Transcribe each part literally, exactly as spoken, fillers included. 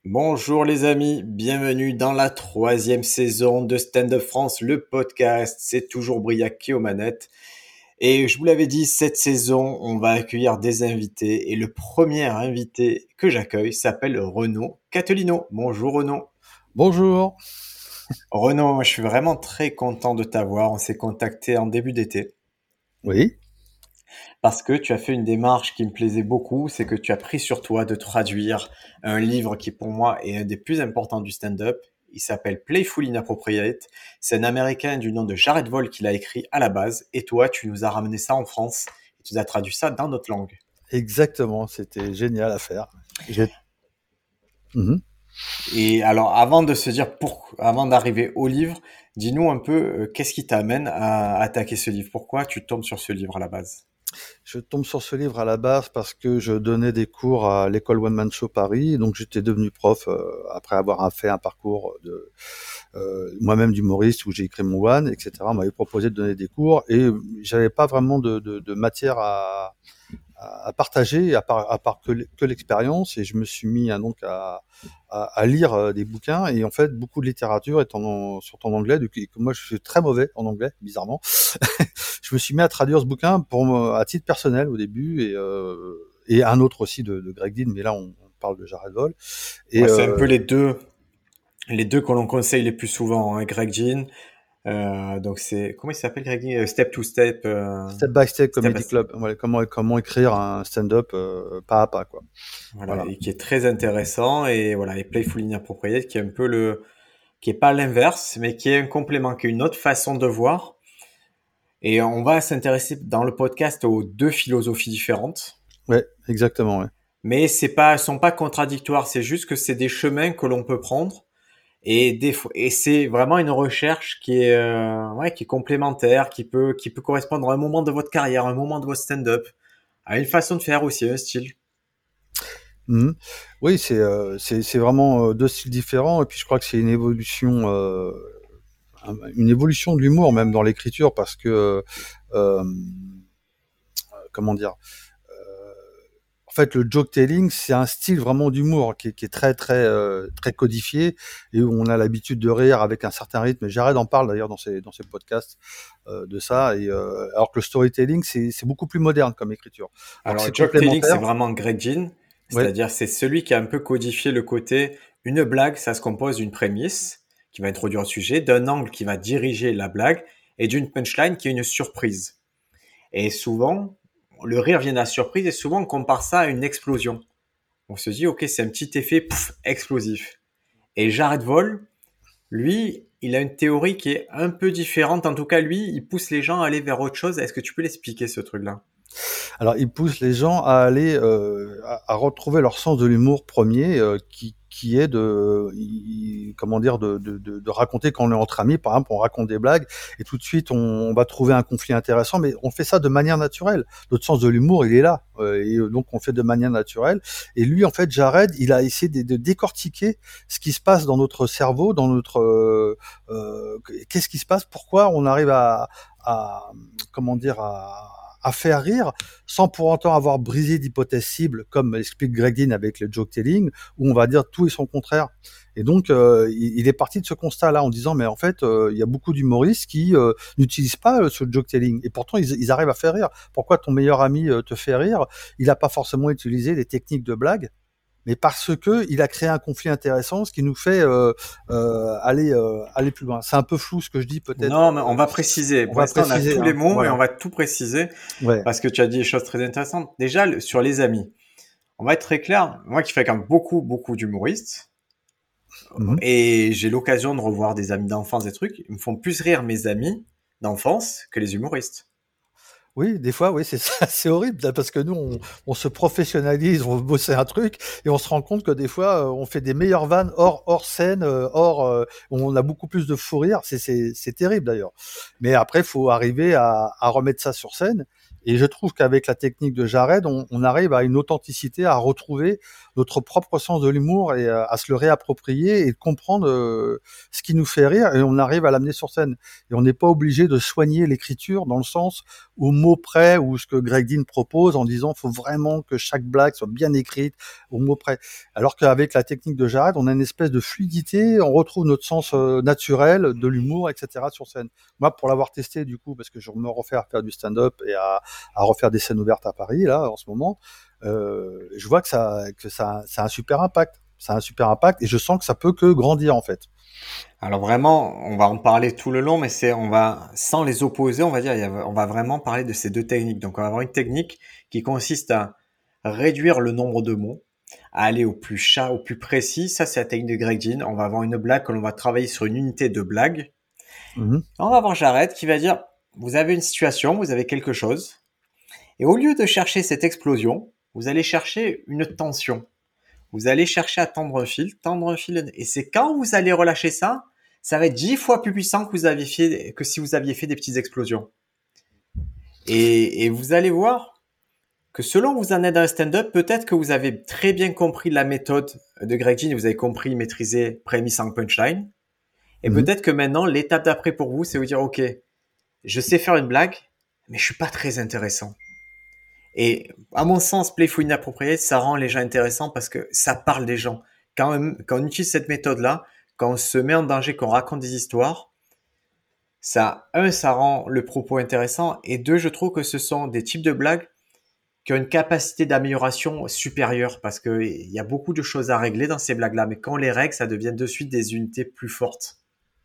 Bonjour les amis, bienvenue dans la troisième saison de Stand Up France, le podcast. C'est toujours Briac qui est aux manettes. Et je vous l'avais dit, cette saison, on va accueillir des invités. Et le premier invité que j'accueille s'appelle Renaud Catelino. Bonjour Renaud. Bonjour. Renaud, je suis vraiment très content de t'avoir. On s'est contacté en début d'été. Oui. Parce que tu as fait une démarche qui me plaisait beaucoup, c'est que tu as pris sur toi de traduire un livre qui pour moi est un des plus importants du stand-up. Il s'appelle Playful Inappropriate. C'est un Américain du nom de Jared Voll qui l'a écrit à la base. Et toi, tu nous as ramené ça en France et tu nous as traduit ça dans notre langue. Exactement, c'était génial à faire. J'ai... Mm-hmm. Et alors, avant de se dire, pour, avant d'arriver au livre, dis-nous un peu euh, qu'est-ce qui t'amène à attaquer ce livre. Pourquoi tu tombes sur ce livre à la base? Je tombe sur ce livre à la base parce que je donnais des cours à l'école One Man Show Paris, donc j'étais devenu prof euh, après avoir fait un parcours de euh, moi-même d'humoriste où j'ai écrit mon one, et cetera. On m'avait proposé de donner des cours et j'avais pas vraiment de, de, de matière à, à partager à part, à part que, que l'expérience, et je me suis mis hein, donc à, à, à lire euh, des bouquins, et en fait beaucoup de littérature est en, sont en anglais, donc moi je suis très mauvais en anglais bizarrement. Je me suis mis à traduire ce bouquin pour à titre personnel au début, et, euh, et un autre aussi de, de Greg Dean, mais là on, on parle de Jared Voll. Et ouais, c'est euh, un peu les deux les deux que l'on conseille les plus souvent, hein, Greg Dean. Euh, donc c'est comment il s'appelle Greg Dean? Step to Step. Euh, Step by Step Comedy step Club. Voilà, comment comment écrire un stand-up euh, pas à pas quoi. Voilà, voilà, et qui est très intéressant, et voilà, et Playful Inappropriate qui est un peu le, qui est pas l'inverse, mais qui est un complément, qui est une autre façon de voir. Et on va s'intéresser dans le podcast aux deux philosophies différentes. Ouais, exactement. Ouais. Mais c'est pas, sont pas contradictoires. C'est juste que c'est des chemins que l'on peut prendre. Et des fois, et c'est vraiment une recherche qui est, euh, ouais, qui est complémentaire, qui peut, qui peut correspondre à un moment de votre carrière, à un moment de votre stand-up, à une façon de faire aussi, un style. Mmh. Oui, c'est, euh, c'est, c'est vraiment euh, deux styles différents, et puis je crois que c'est une évolution, euh, une évolution de l'humour même dans l'écriture, parce que, euh, comment dire, en fait, le joke telling, c'est un style vraiment d'humour qui est, qui est très très euh, très codifié, et où on a l'habitude de rire avec un certain rythme. Et Jared en parle d'ailleurs dans ses dans ses podcasts euh, de ça. Et euh, alors que le storytelling, c'est c'est beaucoup plus moderne comme écriture. Alors, Alors le c'est joke telling, c'est complémentaire. vraiment Greg Ginn. Ouais. C'est-à-dire, c'est celui qui a un peu codifié le côté, une blague, ça se compose d'une prémisse qui va introduire le sujet, d'un angle qui va diriger la blague, et d'une punchline qui est une surprise. Et souvent, le rire vient de la surprise, et souvent on compare ça à une explosion. On se dit, ok, c'est un petit effet pouf, explosif. Et Jared Voll, lui, il a une théorie qui est un peu différente. En tout cas, lui, il pousse les gens à aller vers autre chose. Est-ce que tu peux l'expliquer, ce truc-là? Alors, il pousse les gens à aller euh, à, à retrouver leur sens de l'humour premier, euh, qui qui est de il, comment dire de, de, de, de raconter quand on est entre amis, par exemple, on raconte des blagues, et tout de suite on, on va trouver un conflit intéressant, mais on fait ça de manière naturelle. Notre sens de l'humour, il est là, euh, et donc on fait de manière naturelle. Et lui, en fait, Jared, il a essayé de, de décortiquer ce qui se passe dans notre cerveau, dans notre euh, euh, qu'est-ce qui se passe, pourquoi on arrive à, à comment dire à à faire rire, sans pour autant avoir brisé d'hypothèses cibles, comme explique Greg Dean avec le joke telling, où on va dire tout et son contraire. Et donc, euh, il, il est parti de ce constat-là en disant, mais en fait, euh, il y a beaucoup d'humoristes qui euh, n'utilisent pas euh, ce joke telling, et pourtant ils, ils arrivent à faire rire. Pourquoi ton meilleur ami euh, te fait rire? Il n'a pas forcément utilisé des techniques de blague, mais parce que il a créé un conflit intéressant, ce qui nous fait euh, euh, aller euh, aller plus loin. C'est un peu flou ce que je dis, peut-être. Non, mais Euh, on va préciser. on Pour va l'instant, on a préciser, tous les hein, mots et voilà. on va tout préciser Ouais. parce que tu as dit des choses très intéressantes. Déjà, le- sur les amis, on va être très clair. Moi qui fréquente beaucoup, beaucoup d'humoristes, Mm-hmm. et j'ai l'occasion de revoir des amis d'enfance, des trucs, ils me font plus rire mes amis d'enfance que les humoristes. Oui, des fois, oui, c'est ça, c'est horrible, là, parce que nous, on, on se professionnalise, on veut bosser un truc, et on se rend compte que des fois, euh, on fait des meilleures vannes hors, hors scène, euh, hors, euh, on a beaucoup plus de fou rire. C'est, c'est, c'est terrible d'ailleurs. Mais après, il faut arriver à, à remettre ça sur scène. Et je trouve qu'avec la technique de Jared, on, on arrive à une authenticité, à retrouver notre propre sens de l'humour et à, à se le réapproprier et de comprendre euh, ce qui nous fait rire, et on arrive à l'amener sur scène. Et on n'est pas obligé de soigner l'écriture dans le sens au mot près, ou ce que Greg Dean propose en disant faut vraiment que chaque blague soit bien écrite au mot près. Alors qu'avec la technique de Jared, on a une espèce de fluidité, on retrouve notre sens euh, naturel de l'humour, et cetera sur scène. Moi, pour l'avoir testé du coup, parce que je me refais à faire du stand-up et à, à refaire des scènes ouvertes à Paris là en ce moment, euh, je vois que ça que ça, ça a un super impact. Ça a un super impact et je sens que ça peut que grandir en fait. Alors vraiment, on va en parler tout le long, mais c'est, on va, sans les opposer, on va dire, il y a- on va vraiment parler de ces deux techniques. Donc, on va avoir une technique qui consiste à réduire le nombre de mots, à aller au plus chat, au plus précis. Ça, c'est la technique de Greg Dean. On va avoir une blague que l'on va travailler sur une unité de blague. Mm-hmm. On va avoir Jared qui va dire, vous avez une situation, vous avez quelque chose, et au lieu de chercher cette explosion, vous allez chercher une tension. Vous allez chercher à tendre un fil, tendre un fil, et c'est quand vous allez relâcher ça, ça va être dix fois plus puissant que vous aviez fait, que si vous aviez fait des petites explosions. Et, et vous allez voir que selon où vous en êtes dans le stand-up, peut-être que vous avez très bien compris la méthode de Greg Dean, vous avez compris maîtriser prémisse en punchline. Et Mm-hmm. peut-être que maintenant, l'étape d'après pour vous, c'est vous dire, OK, je sais faire une blague, mais je suis pas très intéressant. Et à mon sens, playful inappropriate, ça rend les gens intéressants parce que ça parle des gens. Quand, quand on utilise cette méthode-là, quand on se met en danger, qu'on raconte des histoires, ça, un, ça rend le propos intéressant, et deux, je trouve que ce sont des types de blagues qui ont une capacité d'amélioration supérieure parce que il y a beaucoup de choses à régler dans ces blagues-là, mais quand on les règle, ça devient de suite des unités plus fortes.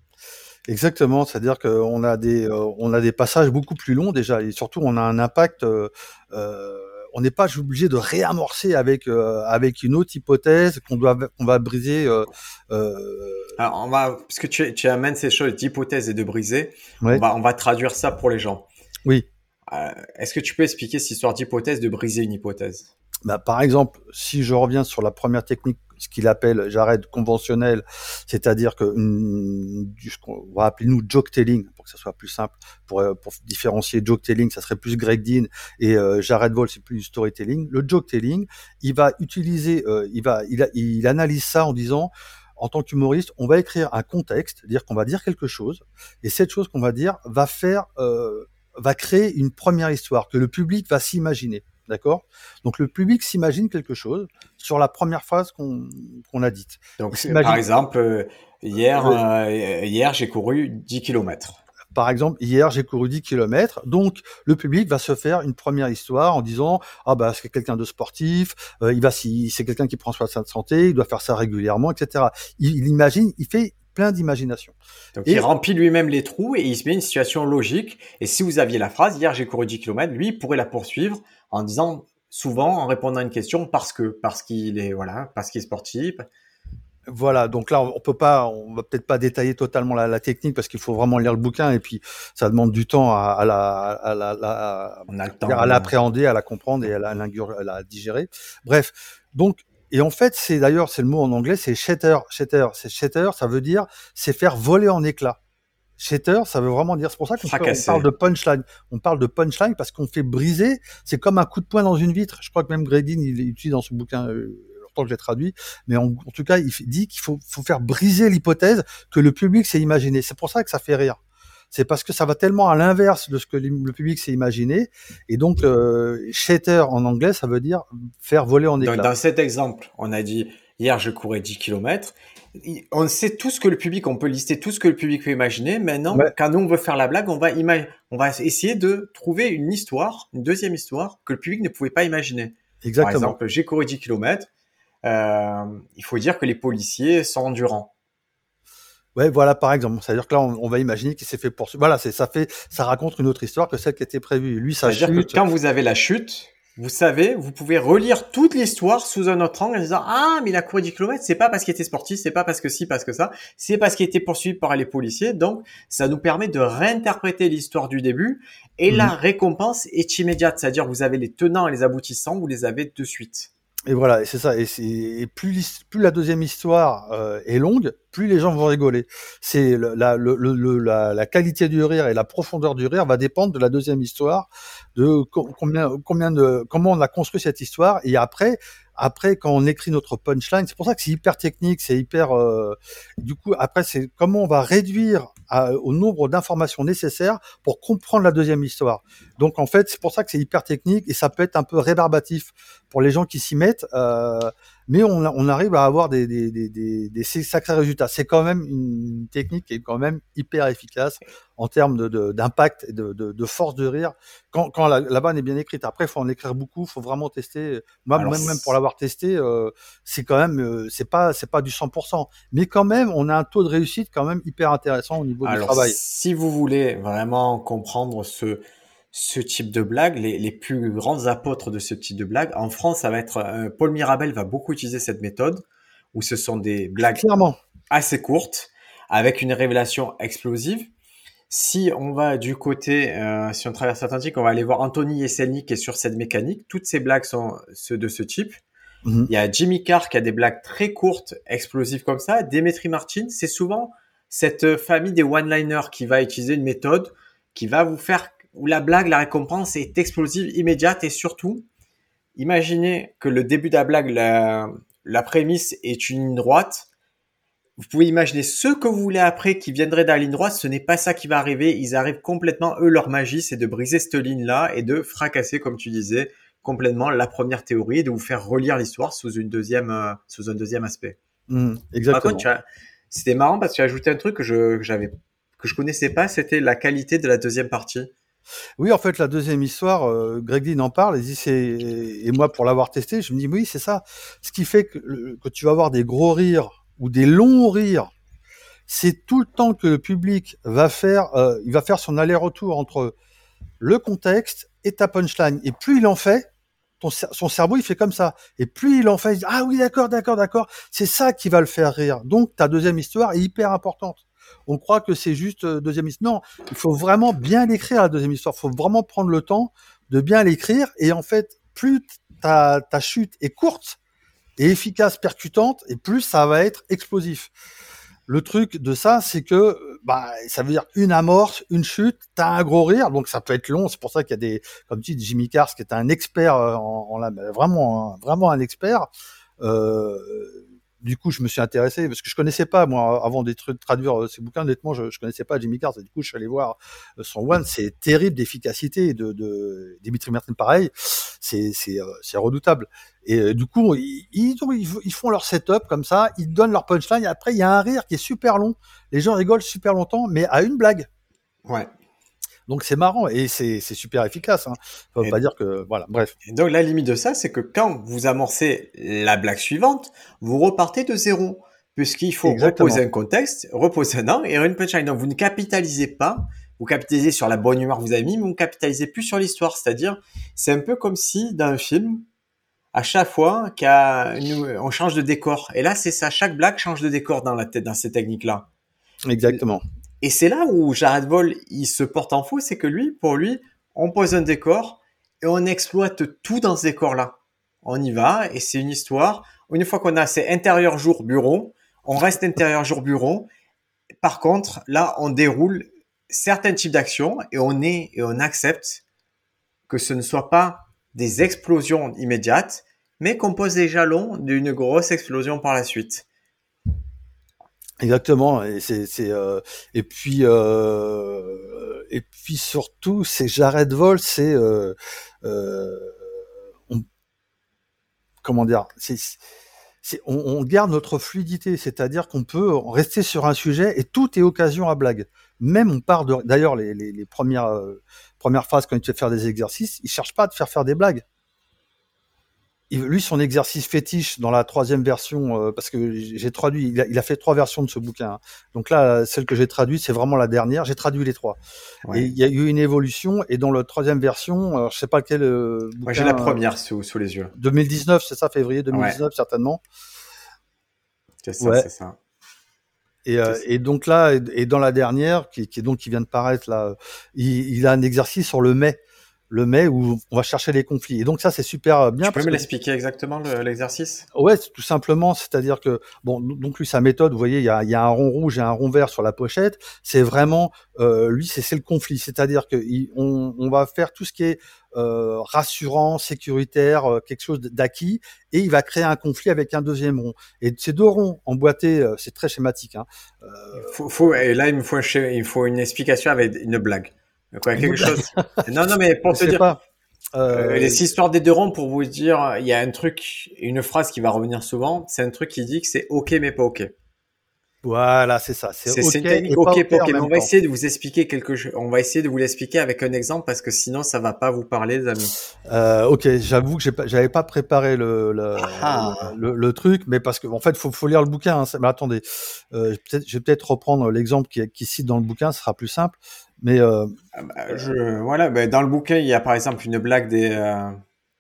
Exactement, c'est-à-dire qu'on a des euh, on a des passages beaucoup plus longs déjà, et surtout on a un impact. Euh, euh, on n'est pas obligé de réamorcer avec euh, avec une autre hypothèse qu'on doit qu'on va briser. Euh, euh, Alors, on va, parce que tu, tu amènes ces choses d'hypothèse et de briser, on ouais, va, on va traduire ça pour les gens. oui. Euh, Est-ce que tu peux expliquer cette histoire d'hypothèse, de briser une hypothèse? Bah, par exemple, si je reviens sur la première technique, ce qu'il appelle Jared conventionnel, c'est-à-dire que une, ce qu'on va appeler nous joke telling, pour que ça soit plus simple, pour, pour différencier joke telling, ça serait plus Greg Dean, et euh, Jared Vol, c'est plus du storytelling. Le joke telling, il va utiliser, euh, il va, il, a, il analyse ça en disant, en tant qu'humoriste, on va écrire un contexte, dire qu'on va dire quelque chose, et cette chose qu'on va dire va faire, euh, va créer une première histoire que le public va s'imaginer. D'accord? Donc le public s'imagine quelque chose sur la première phrase qu'on qu'on a dite. Donc, Il par s'imagine, exemple, euh, hier, euh, euh, hier, j'ai couru dix kilomètres. par exemple, hier j'ai couru dix kilomètres. Donc le public va se faire une première histoire en disant ah bah c'est quelqu'un de sportif, euh, il va si c'est quelqu'un qui prend soin de sa santé, il doit faire ça régulièrement, et cetera. Il, il imagine, il fait plein d'imagination. Donc, il Et remplit lui-même les trous et il se met une situation logique. Et si vous aviez la phrase, hier, j'ai couru dix kilomètres, lui, il pourrait la poursuivre en disant, souvent, en répondant à une question, parce que, parce qu'il est, voilà, parce qu'il est sportif. voilà, donc là, on peut pas, on va peut-être pas détailler totalement la, la technique parce qu'il faut vraiment lire le bouquin et puis ça demande du temps à, à la, à la, la- On a le à dire, temps. à Mais bon. l'appréhender, à la comprendre et à la, à la digérer. Bref, donc et en fait, c'est d'ailleurs, c'est le mot en anglais, c'est shatter, shatter, c'est shatter, ça veut dire, c'est faire voler en éclats. Shatter, ça veut vraiment dire, c'est pour ça qu'on peut- on parle Fracassé. de punchline. On parle de punchline parce qu'on fait briser, c'est comme un coup de poing dans une vitre. Je crois que même Greg Dean, il utilise dans ce bouquin, euh, longtemps que j'ai traduit, mais en, en tout cas, il f- dit qu'il faut, faut faire briser l'hypothèse que le public s'est imaginé. C'est pour ça que ça fait rire. C'est parce que ça va tellement à l'inverse de ce que l'im- le public s'est imaginé. Et donc, euh, shatter en anglais, ça veut dire faire voler en Donc, éclats. dans cet exemple, on a dit, hier, je courais dix kilomètres. On sait tout ce que le public, on peut lister tout ce que le public peut imaginer. Maintenant, Ouais, quand nous, on veut faire la blague, on va, ima- on va essayer de trouver une histoire, une deuxième histoire que le public ne pouvait pas imaginer. Par exactement. exemple, j'ai couru dix kilomètres. Euh, il faut dire que les policiers sont endurants. Ouais, voilà, par exemple. C'est-à-dire que là, on, on va imaginer qu'il s'est fait poursuivre. Voilà, c'est, ça fait, ça raconte une autre histoire que celle qui était prévue. Lui, sa C'est-à-dire que chute. quand vous avez la chute, vous savez, vous pouvez relire toute l'histoire sous un autre angle en disant, ah, mais il a couru dix kilomètres, c'est pas parce qu'il était sportif, c'est pas parce que si, parce que ça, c'est parce qu'il était poursuivi par les policiers. Donc, ça nous permet de réinterpréter l'histoire du début, et la Mhm. récompense est immédiate. C'est-à-dire, vous avez les tenants et les aboutissants, vous les avez de suite. Et voilà, et c'est ça. Et, c'est, et plus, l'his- plus la deuxième histoire euh, est longue, plus les gens vont rigoler. C'est le- la, le, le- le- la, la qualité du rire et la profondeur du rire va dépendre de la deuxième histoire, de co- combien, combien de, comment on a construit cette histoire. Et après, après, quand on écrit notre punchline, c'est pour ça que c'est hyper technique, c'est hyper. Euh, du coup, après, c'est comment on va réduire à- au nombre d'informations nécessaires pour comprendre la deuxième histoire. Donc, en fait, c'est pour ça que c'est hyper technique et ça peut être un peu rébarbatif pour les gens qui s'y mettent, euh, mais on, on arrive à avoir des, des, des, des, des sacrés résultats. C'est quand même une technique qui est quand même hyper efficace en termes de, de, d'impact et de, de, de force de rire quand, quand la, la vanne est bien écrite. Après, il faut en écrire beaucoup, il faut vraiment tester. Moi, Alors, même, même pour l'avoir testé, euh, c'est quand même, euh, c'est pas, c'est pas du cent pour cent, mais quand même, on a un taux de réussite quand même hyper intéressant au niveau du alors, travail. si vous voulez vraiment comprendre ce, ce type de blague, les, les plus grands apôtres de ce type de blague, en France, ça va être euh, Paul Mirabel va beaucoup utiliser cette méthode, où ce sont des blagues Clairement. assez courtes, avec une révélation explosive. Si on va du côté, euh, si on traverse l'Atlantique, on va aller voir Anthony Jeselnik qui est sur cette mécanique. Toutes ces blagues sont ceux de ce type. Mhm. Il y a Jimmy Carr qui a des blagues très courtes, explosives comme ça. Demetri Martin, c'est souvent cette famille des one-liners qui va utiliser une méthode qui va vous faire, où la blague, la récompense est explosive, immédiate et surtout, imaginez que le début de la blague, la, la prémisse est une ligne droite. Vous pouvez imaginer ce que vous voulez après qui viendrait dans la ligne droite, ce n'est pas ça qui va arriver. Ils arrivent complètement, eux, leur magie, c'est de briser cette ligne-là et de fracasser, comme tu disais, complètement la première théorie et de vous faire relire l'histoire sous une deuxième, euh, sous un deuxième aspect. Mhm. Par contre, Exactement. tu as, c'était marrant parce que tu as ajouté un truc que je, que j'avais, que je connaissais pas, c'était la qualité de la deuxième partie. Oui, en fait, la deuxième histoire, euh, Greg Dean en parle, il dit c'est et moi pour l'avoir testé, je me dis oui, c'est ça. Ce qui fait que, le- que tu vas avoir des gros rires ou des longs rires, c'est tout le temps que le public va faire, euh, il va faire son aller-retour entre le contexte et ta punchline. Et plus il en fait, ton, cer- son cerveau il fait comme ça. Et plus il en fait, il dit ah oui d'accord, d'accord, d'accord. C'est ça qui va le faire rire. Donc ta deuxième histoire est hyper importante. On croit que c'est juste euh, deuxième histoire. Non, il faut vraiment bien l'écrire la deuxième histoire. Il faut vraiment prendre le temps de bien l'écrire. Et en fait, plus ta, ta chute est courte et efficace, percutante, et plus ça va être explosif. Le truc de ça, c'est que bah, ça veut dire une amorce, une chute, t'as un gros rire, donc ça peut être long. C'est pour ça qu'il y a des, comme tu dis, Jimmy Carr, qui est un expert euh, en, en la, vraiment, un- vraiment un expert. Euh, du coup, je me suis intéressé parce que je connaissais pas moi avant de tra- traduire euh, ces bouquins. Honnêtement, je, je connaissais pas Jimmy Carr. Et du coup, je suis allé voir euh, son One. C'est terrible d'efficacité de, de Dimitri Martin. Pareil, c'est c'est euh, c'est redoutable. Et euh, du coup, ils, ils, ont- ils font leur setup comme ça, ils donnent leur punchline. Et après, il y a un rire qui est super long. Les gens rigolent super longtemps, mais à une blague. Ouais. Donc c'est marrant et c'est c'est super efficace. Hein. Ça veut pas Et, dire que voilà. Bref. et donc, la limite de ça, c'est que quand vous amorcez la blague suivante, vous repartez de zéro. Puisqu'il faut reposer Exactement. un contexte, reposer un angle et une punchline. Donc, vous ne capitalisez pas, vous capitalisez sur la bonne humeur que vous avez mis, mais vous ne capitalisez plus sur l'histoire. C'est-à-dire, c'est un peu comme si, dans un film, à chaque fois qu'on change de décor. Et là, c'est ça. Chaque blague change de décor dans la tête, dans ces techniques-là. Exactement. Et c'est là où Jared Vol, il se porte en faux, c'est que lui, pour lui, on pose un décor et on exploite tout dans ce décor-là. On y va et c'est une histoire. Une fois qu'on a ces intérieur jour bureau, on reste intérieur jour bureau. Par contre, là, on déroule certains types d'actions et on est et on accepte que ce ne soit pas des explosions immédiates, mais qu'on pose les jalons d'une grosse explosion par la suite. Exactement. Et c'est c'est euh, et puis euh, et puis surtout c'est Jared Vol, c'est euh, euh, on- comment dire, c'est c'est on, on garde notre fluidité, c'est-à-dire qu'on peut rester sur un sujet et tout est occasion à blague. Même on part de d'ailleurs les, les, les premières euh, premières phases quand il te fait faire des exercices, il cherche pas à te faire faire des blagues. Il- lui, son exercice fétiche dans la troisième version, euh, parce que j'ai traduit, il a, il a fait trois versions de ce bouquin. Hein. Donc là, celle que j'ai traduite, c'est vraiment la dernière. J'ai traduit les trois. Et Ouais. il y a eu une évolution. Et dans la troisième version, alors, je sais pas quel euh, Moi, j'ai la bouquin, euh, première sous, sous les yeux. deux mille dix-neuf, c'est ça, février Ouais, deux mille dix-neuf, certainement. c'est ça, Ouais. c'est ça. Et, C'est euh, ça. et donc là, et, et dans la dernière, qui, qui est donc qui vient de paraître là, il, il a un exercice sur le mais. le met où on va chercher les conflits. Et donc ça, c'est super bien. Tu peux parce me que l'expliquer exactement le- l'exercice? Ouais, c'est tout simplement, c'est-à-dire que bon, donc lui sa méthode, vous voyez, il y a, il y a un rond rouge et un rond vert sur la pochette. C'est vraiment euh, lui, c'est c'est le conflit, c'est-à-dire que il- on, on va faire tout ce qui est euh, rassurant, sécuritaire, euh, quelque chose d'acquis, et il va créer un conflit avec un deuxième rond. Et ces deux ronds emboîtés, euh, c'est très schématique, hein. Euh, Faut, faut, et là, il me faut, un schéma- il me faut une explication avec une blague. Quoi, une quelque blague, chose. Non, non, mais pour je te sais dire, pas. euh, Euh, les histoires des deux ronds, pour vous dire, il y a un truc, une phrase qui va revenir souvent. C'est un truc qui dit que c'est OK, mais pas OK. voilà, c'est ça, c'est C'est c'est ok une technique et pas OK, ok pas OK. en Mais on même va temps. essayer de vous expliquer quelque chose. On va essayer de vous l'expliquer avec un exemple parce que sinon, ça va pas vous parler, les amis. Euh, ok, j'avoue que j'ai pas, j'avais pas préparé le, le, le, Ah, le- le truc, mais parce que en fait, faut, faut lire le bouquin. Hein, c'est- mais attendez, euh, peut-être, je vais peut-être reprendre l'exemple qui, qui cite dans le bouquin, ce sera plus simple. Mais euh, ah, bah, je, voilà, bah, dans le bouquin, il y a par exemple une blague des, euh,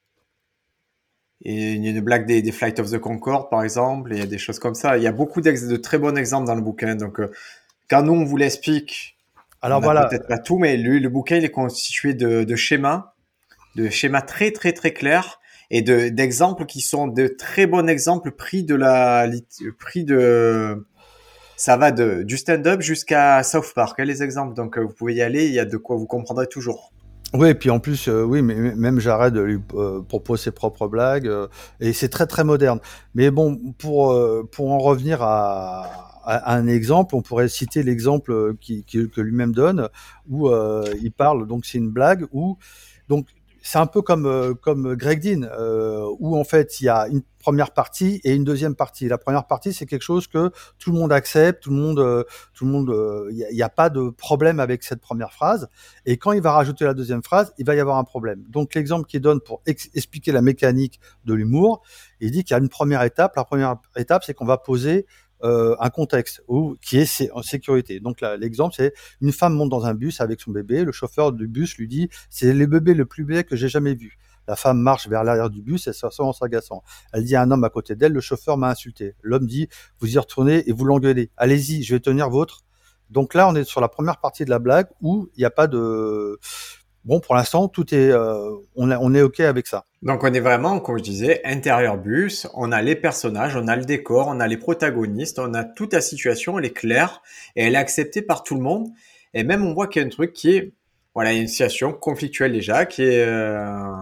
et une, une blague des, des Flight of the Concorde, par exemple, et il y a des choses comme ça. Il y a beaucoup d'ex- de très bons exemples dans le bouquin. Donc, euh, quand nous, on vous l'explique, on alors n'a voilà, peut-être pas tout, mais lui, le bouquin, il est constitué de, de schémas, de schémas très, très, très clairs et de, d'exemples qui sont de très bons exemples pris de la, lit- pris de, ça va de, du stand-up jusqu'à South Park, hein, les exemples. Donc, euh, vous pouvez y aller, il y a de quoi vous comprendrez toujours. oui, et puis en plus, euh, oui, mais mais même j'arrête de lui euh, proposer ses propres blagues, euh, et c'est très très moderne. Mais bon, pour euh, pour en revenir à, à, à un exemple, on pourrait citer l'exemple qui, qui- que lui-même donne, où euh, il parle. Donc c'est une blague où donc c'est un peu comme euh, comme Greg Dean, euh, où en fait il y a une première partie et une deuxième partie. La première partie, c'est quelque chose que tout le monde accepte, tout le monde, euh, tout le monde, euh, il n'y a, il y a pas de problème avec cette première phrase. Et quand il va rajouter la deuxième phrase, il va y avoir un problème. Donc l'exemple qu'il donne pour ex- expliquer la mécanique de l'humour, il dit qu'il y a une première étape. La première étape, c'est qu'on va poser euh, un contexte où, qui est sé- en sécurité. Donc là, l'exemple, c'est une femme monte dans un bus avec son bébé. Le chauffeur du bus lui dit, c'est le bébé le plus laid que j'ai jamais vu. La femme marche vers l'arrière du bus et s'assoit en s'agaçant. Elle dit à un homme à côté d'elle, le chauffeur m'a insulté. L'homme dit, vous y retournez et vous l'engueulez. Allez-y, je vais tenir votre. Donc là, on est sur la première partie de la blague où il n'y a pas de... Bon, pour l'instant, tout est, euh, on, a- on est OK avec ça. Donc, on est vraiment, comme je disais, intérieur bus. On a les personnages, on a le décor, on a les protagonistes, on a toute la situation, elle est claire et elle est acceptée par tout le monde. Et même, on voit qu'il y a un truc qui est, voilà, il y a une situation conflictuelle déjà qui est, euh,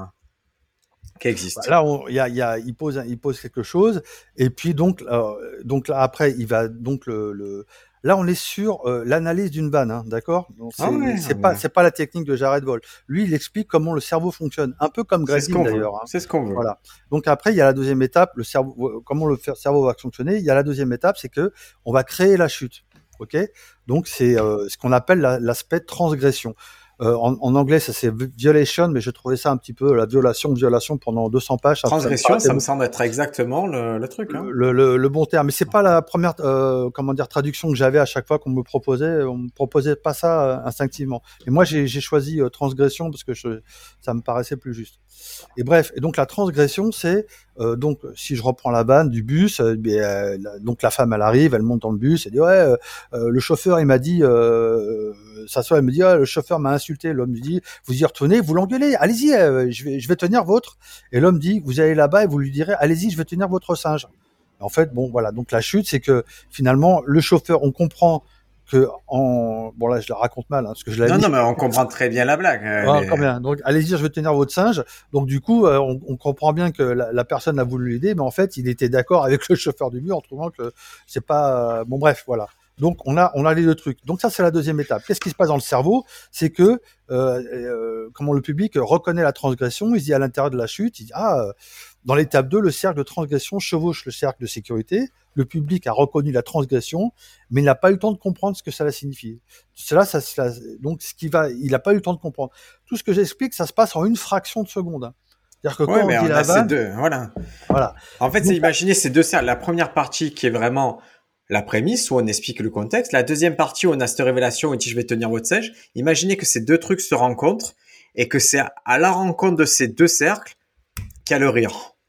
qui Bah, existe. là, on- il y a, il y a, il pose, il pose quelque chose, et puis donc, euh, donc là après, il va donc le, le- là, on est sur euh, l'analyse d'une vanne, hein, d'accord? Donc Ah c'est, ouais, c'est pas, mais c'est pas la technique de Jared Vol. Lui, il explique comment le cerveau fonctionne, un peu comme c'est Greg ce Dean qu'on veut, d'ailleurs, hein. c'est ce qu'on veut. Voilà. Donc après, il y a la deuxième étape, le cerveau, comment le fer- cerveau va fonctionner. Il y a la deuxième étape, c'est que on va créer la chute. Ok. Donc c'est euh, ce qu'on appelle la- l'aspect transgression. Euh, en, en anglais, ça c'est violation, mais je trouvais ça un petit peu la violation, violation pendant deux cents pages. Ça, ça me Transgression, paraissait ça me beaucoup semble être exactement le, le truc, hein. le, le, le bon terme. Mais c'est pas la première, euh, comment dire, traduction que j'avais à chaque fois qu'on me proposait. On me proposait pas ça euh, instinctivement. Et moi, j'ai j'ai choisi euh, transgression parce que je, ça me paraissait plus juste. Et bref, et donc la transgression, c'est euh, donc si je reprends la vanne du bus, euh, bien, euh, la- donc la femme elle arrive, elle monte dans le bus, elle dit ouais, euh, euh, le chauffeur il m'a dit, euh, s'assoit, elle me dit ah, le chauffeur m'a insulté. L'homme lui dit vous y retournez, vous l'engueulez, allez-y, euh, je vais je vais tenir votre. Et l'homme dit vous allez là-bas et vous lui direz allez-y, je vais tenir votre singe. En fait, bon voilà, donc la chute, c'est que finalement le chauffeur, on comprend que en bon là je la raconte mal hein, parce que je la Non, lis. non, mais on comprend très bien la blague. Elle Ah, quand est- bien. Donc, allez dire, je vais tenir votre singe. Donc, du coup, euh, on, on comprend bien que la, la personne a voulu l'aider, mais en fait, il était d'accord avec le chauffeur du bus en trouvant que c'est pas. euh, Bon, bref, voilà. Donc, on a, on a les deux trucs. Donc, ça, c'est la deuxième étape. Qu'est-ce qui se passe dans le cerveau? C'est que, euh, euh, comment le public reconnaît la transgression, il se dit à l'intérieur de la chute, il dit, ah, euh, dans l'étape deux, le cercle de transgression chevauche le cercle de sécurité. Le public a reconnu la transgression, mais il n'a pas eu le temps de comprendre ce que ça a signifié. Cela, ça, cela- donc, ce qui va, il n'a pas eu le temps de comprendre. Tout ce que j'explique, ça se passe en une fraction de seconde, hein. C'est-à-dire que Ouais, quand on mais dit on la a ces vanne, deux, voilà. voilà. En fait, c'est Donc, imaginer ces deux cercles. La première partie qui est vraiment la prémisse, où on explique le contexte. La deuxième partie, où on a cette révélation, où il dit je vais tenir votre singe. Imaginez que ces deux trucs se rencontrent et que c'est à la rencontre de ces deux cercles qu'il y a le rire.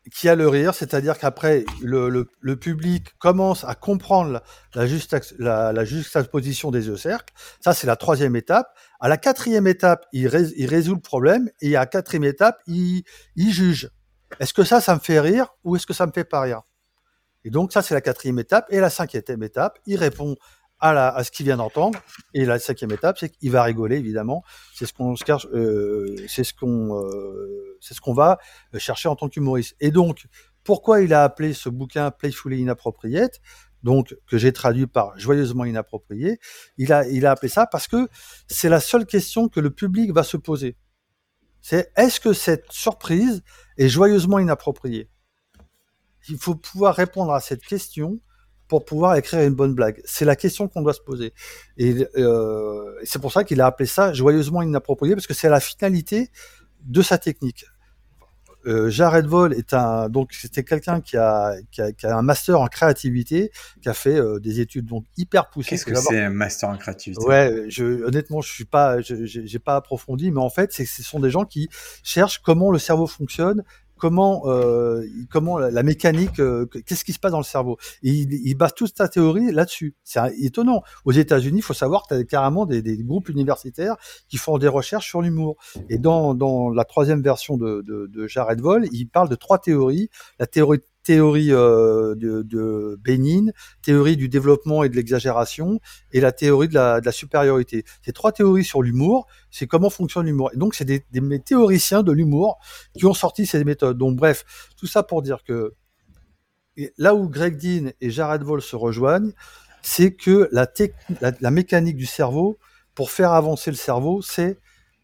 qui a le rire, c'est-à-dire qu'après, le, le, le public commence à comprendre la, la, juxtax, la, la juxtaposition des deux cercles. Ça, c'est la troisième étape. À la quatrième étape, il, rés, il résout le problème, et à la quatrième étape, il, il juge. Est-ce que ça, ça me fait rire, ou est-ce que ça me fait pas rire? Et donc, ça, c'est la quatrième étape. Et la cinquième étape, il répond à, la, à ce qu'il vient d'entendre. Et la cinquième étape, c'est qu'il va rigoler, évidemment. C'est ce qu'on euh, c'est ce qu'on euh, c'est ce qu'on va chercher en tant qu'humoriste. Et donc, pourquoi il a appelé ce bouquin Playfully Inappropriate, donc que j'ai traduit par Joyeusement Inapproprié? Il a il a appelé ça parce que c'est la seule question que le public va se poser. C'est est-ce que cette surprise est joyeusement inappropriée? Il faut pouvoir répondre à cette question pour pouvoir écrire une bonne blague. C'est la question qu'on doit se poser. Et euh, c'est pour ça qu'il a appelé ça joyeusement inapproprié, parce que c'est la finalité de sa technique. Euh, Jared Vol est un, donc c'était quelqu'un qui a, qui a, qui a un master en créativité, qui a fait euh, des études donc hyper poussées. Qu'est-ce que c'est un master en créativité? Ouais, je, honnêtement, je suis pas, je, j'ai pas approfondi, mais en fait, c'est, ce sont des gens qui cherchent comment le cerveau fonctionne, comment, euh, comment la, la mécanique, euh, qu'est-ce qui se passe dans le cerveau. Et il, il base toute sa théorie là-dessus. C'est étonnant. Aux États-Unis, il faut savoir que tu as carrément des, des groupes universitaires qui font des recherches sur l'humour. Et dans, dans la troisième version de, de, de Jared Vol, il parle de trois théories. La théorie théorie euh, de, de Bénigne, théorie du développement et de l'exagération, et la théorie de la, de la supériorité. Ces trois théories sur l'humour, c'est comment fonctionne l'humour. Et donc, c'est des, des théoriciens de l'humour qui ont sorti ces méthodes. Donc, bref, tout ça pour dire que là où Greg Dean et Jared Vol se rejoignent, c'est que la, la, la mécanique du cerveau, pour faire avancer le cerveau, c'est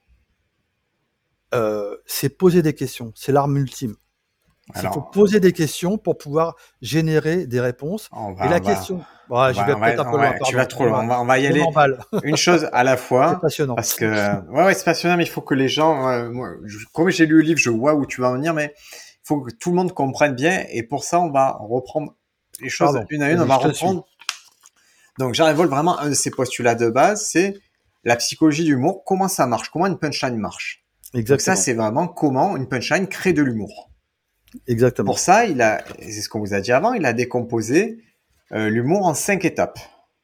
euh, c'est poser des questions. C'est l'arme ultime. Il faut poser des questions pour pouvoir générer des réponses. Va, et la question, va, ouais, je vais peut-être un peu loin. Tu vas trop loin. On va, on va y aller une chose à la fois. C'est passionnant. Parce que ouais, ouais, c'est passionnant, mais il faut que les gens, euh, moi, je, comme j'ai lu le livre, je vois où tu vas en venir, mais il faut que tout le monde comprenne bien. Et pour ça, on va reprendre les choses Pardon. une à une. On va reprendre. Donc, Jared Vol, vraiment un de ses postulats de base, c'est la psychologie de l'humour. Comment ça marche? Comment une punchline marche? Exactement. Donc ça, c'est vraiment comment une punchline crée de l'humour. Exactement. Pour ça, il a, c'est ce qu'on vous a dit avant, il a décomposé euh, l'humour en cinq étapes.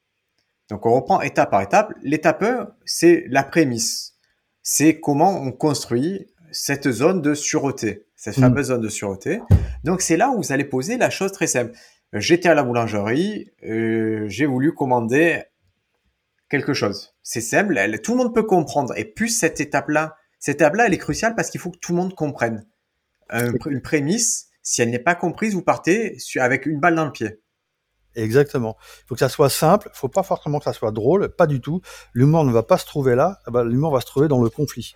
Donc, on reprend étape par étape. L'étape un, c'est la prémisse. C'est comment on construit cette zone de sûreté, cette mmh. fameuse zone de sûreté. Donc, c'est là où vous allez poser la chose très simple. J'étais à la boulangerie, euh, j'ai voulu commander quelque chose. C'est simple, elle, tout le monde peut comprendre. Et plus cette étape-là, cette étape-là, elle est cruciale parce qu'il faut que tout le monde comprenne. Un, une prémisse, si elle n'est pas comprise, vous partez avec une balle dans le pied. Exactement. Il faut que ça soit simple, il ne faut pas forcément que ça soit drôle, pas du tout. L'humour ne va pas se trouver là, l'humour va se trouver dans le conflit.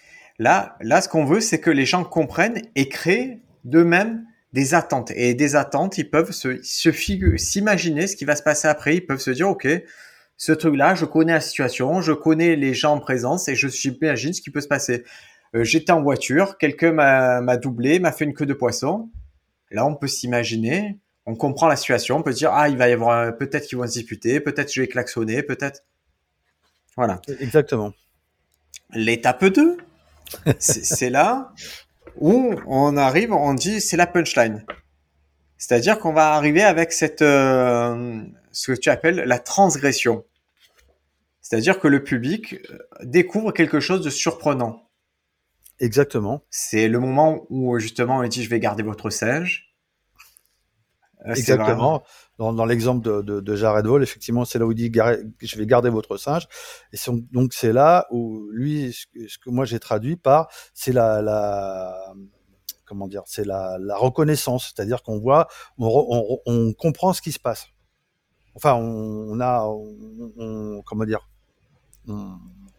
Là, là, ce qu'on veut, c'est que les gens comprennent et créent d'eux-mêmes des attentes. Et des attentes, ils peuvent se, se figurer, s'imaginer ce qui va se passer après. Ils peuvent se dire, OK, ce truc-là, je connais la situation, je connais les gens en présence et je j'imagine ce qui peut se passer. Euh, j'étais en voiture, quelqu'un m'a, m'a doublé, m'a fait une queue de poisson. Là, on peut s'imaginer, on comprend la situation, on peut se dire, ah, il va y avoir, un, peut-être qu'ils vont se disputer, peut-être je vais klaxonner, peut-être. Voilà. Exactement. L'étape deux, c'est, c'est là où on arrive, on dit, c'est la punchline. C'est-à-dire qu'on va arriver avec cette, euh, ce que tu appelles la transgression. C'est-à-dire que le public découvre quelque chose de surprenant. Exactement. C'est le moment où justement on dit je vais garder votre singe. Euh, Exactement. Vraiment... Dans, dans l'exemple de, de, de Jared Vol, effectivement, c'est là où il dit je vais garder votre singe. Et c'est, donc c'est là où lui, ce, ce que moi j'ai traduit par, c'est la, la comment dire, c'est la, la reconnaissance, c'est-à-dire qu'on voit, on, on, on comprend ce qui se passe. Enfin, on, on a, on, on, comment dire, on,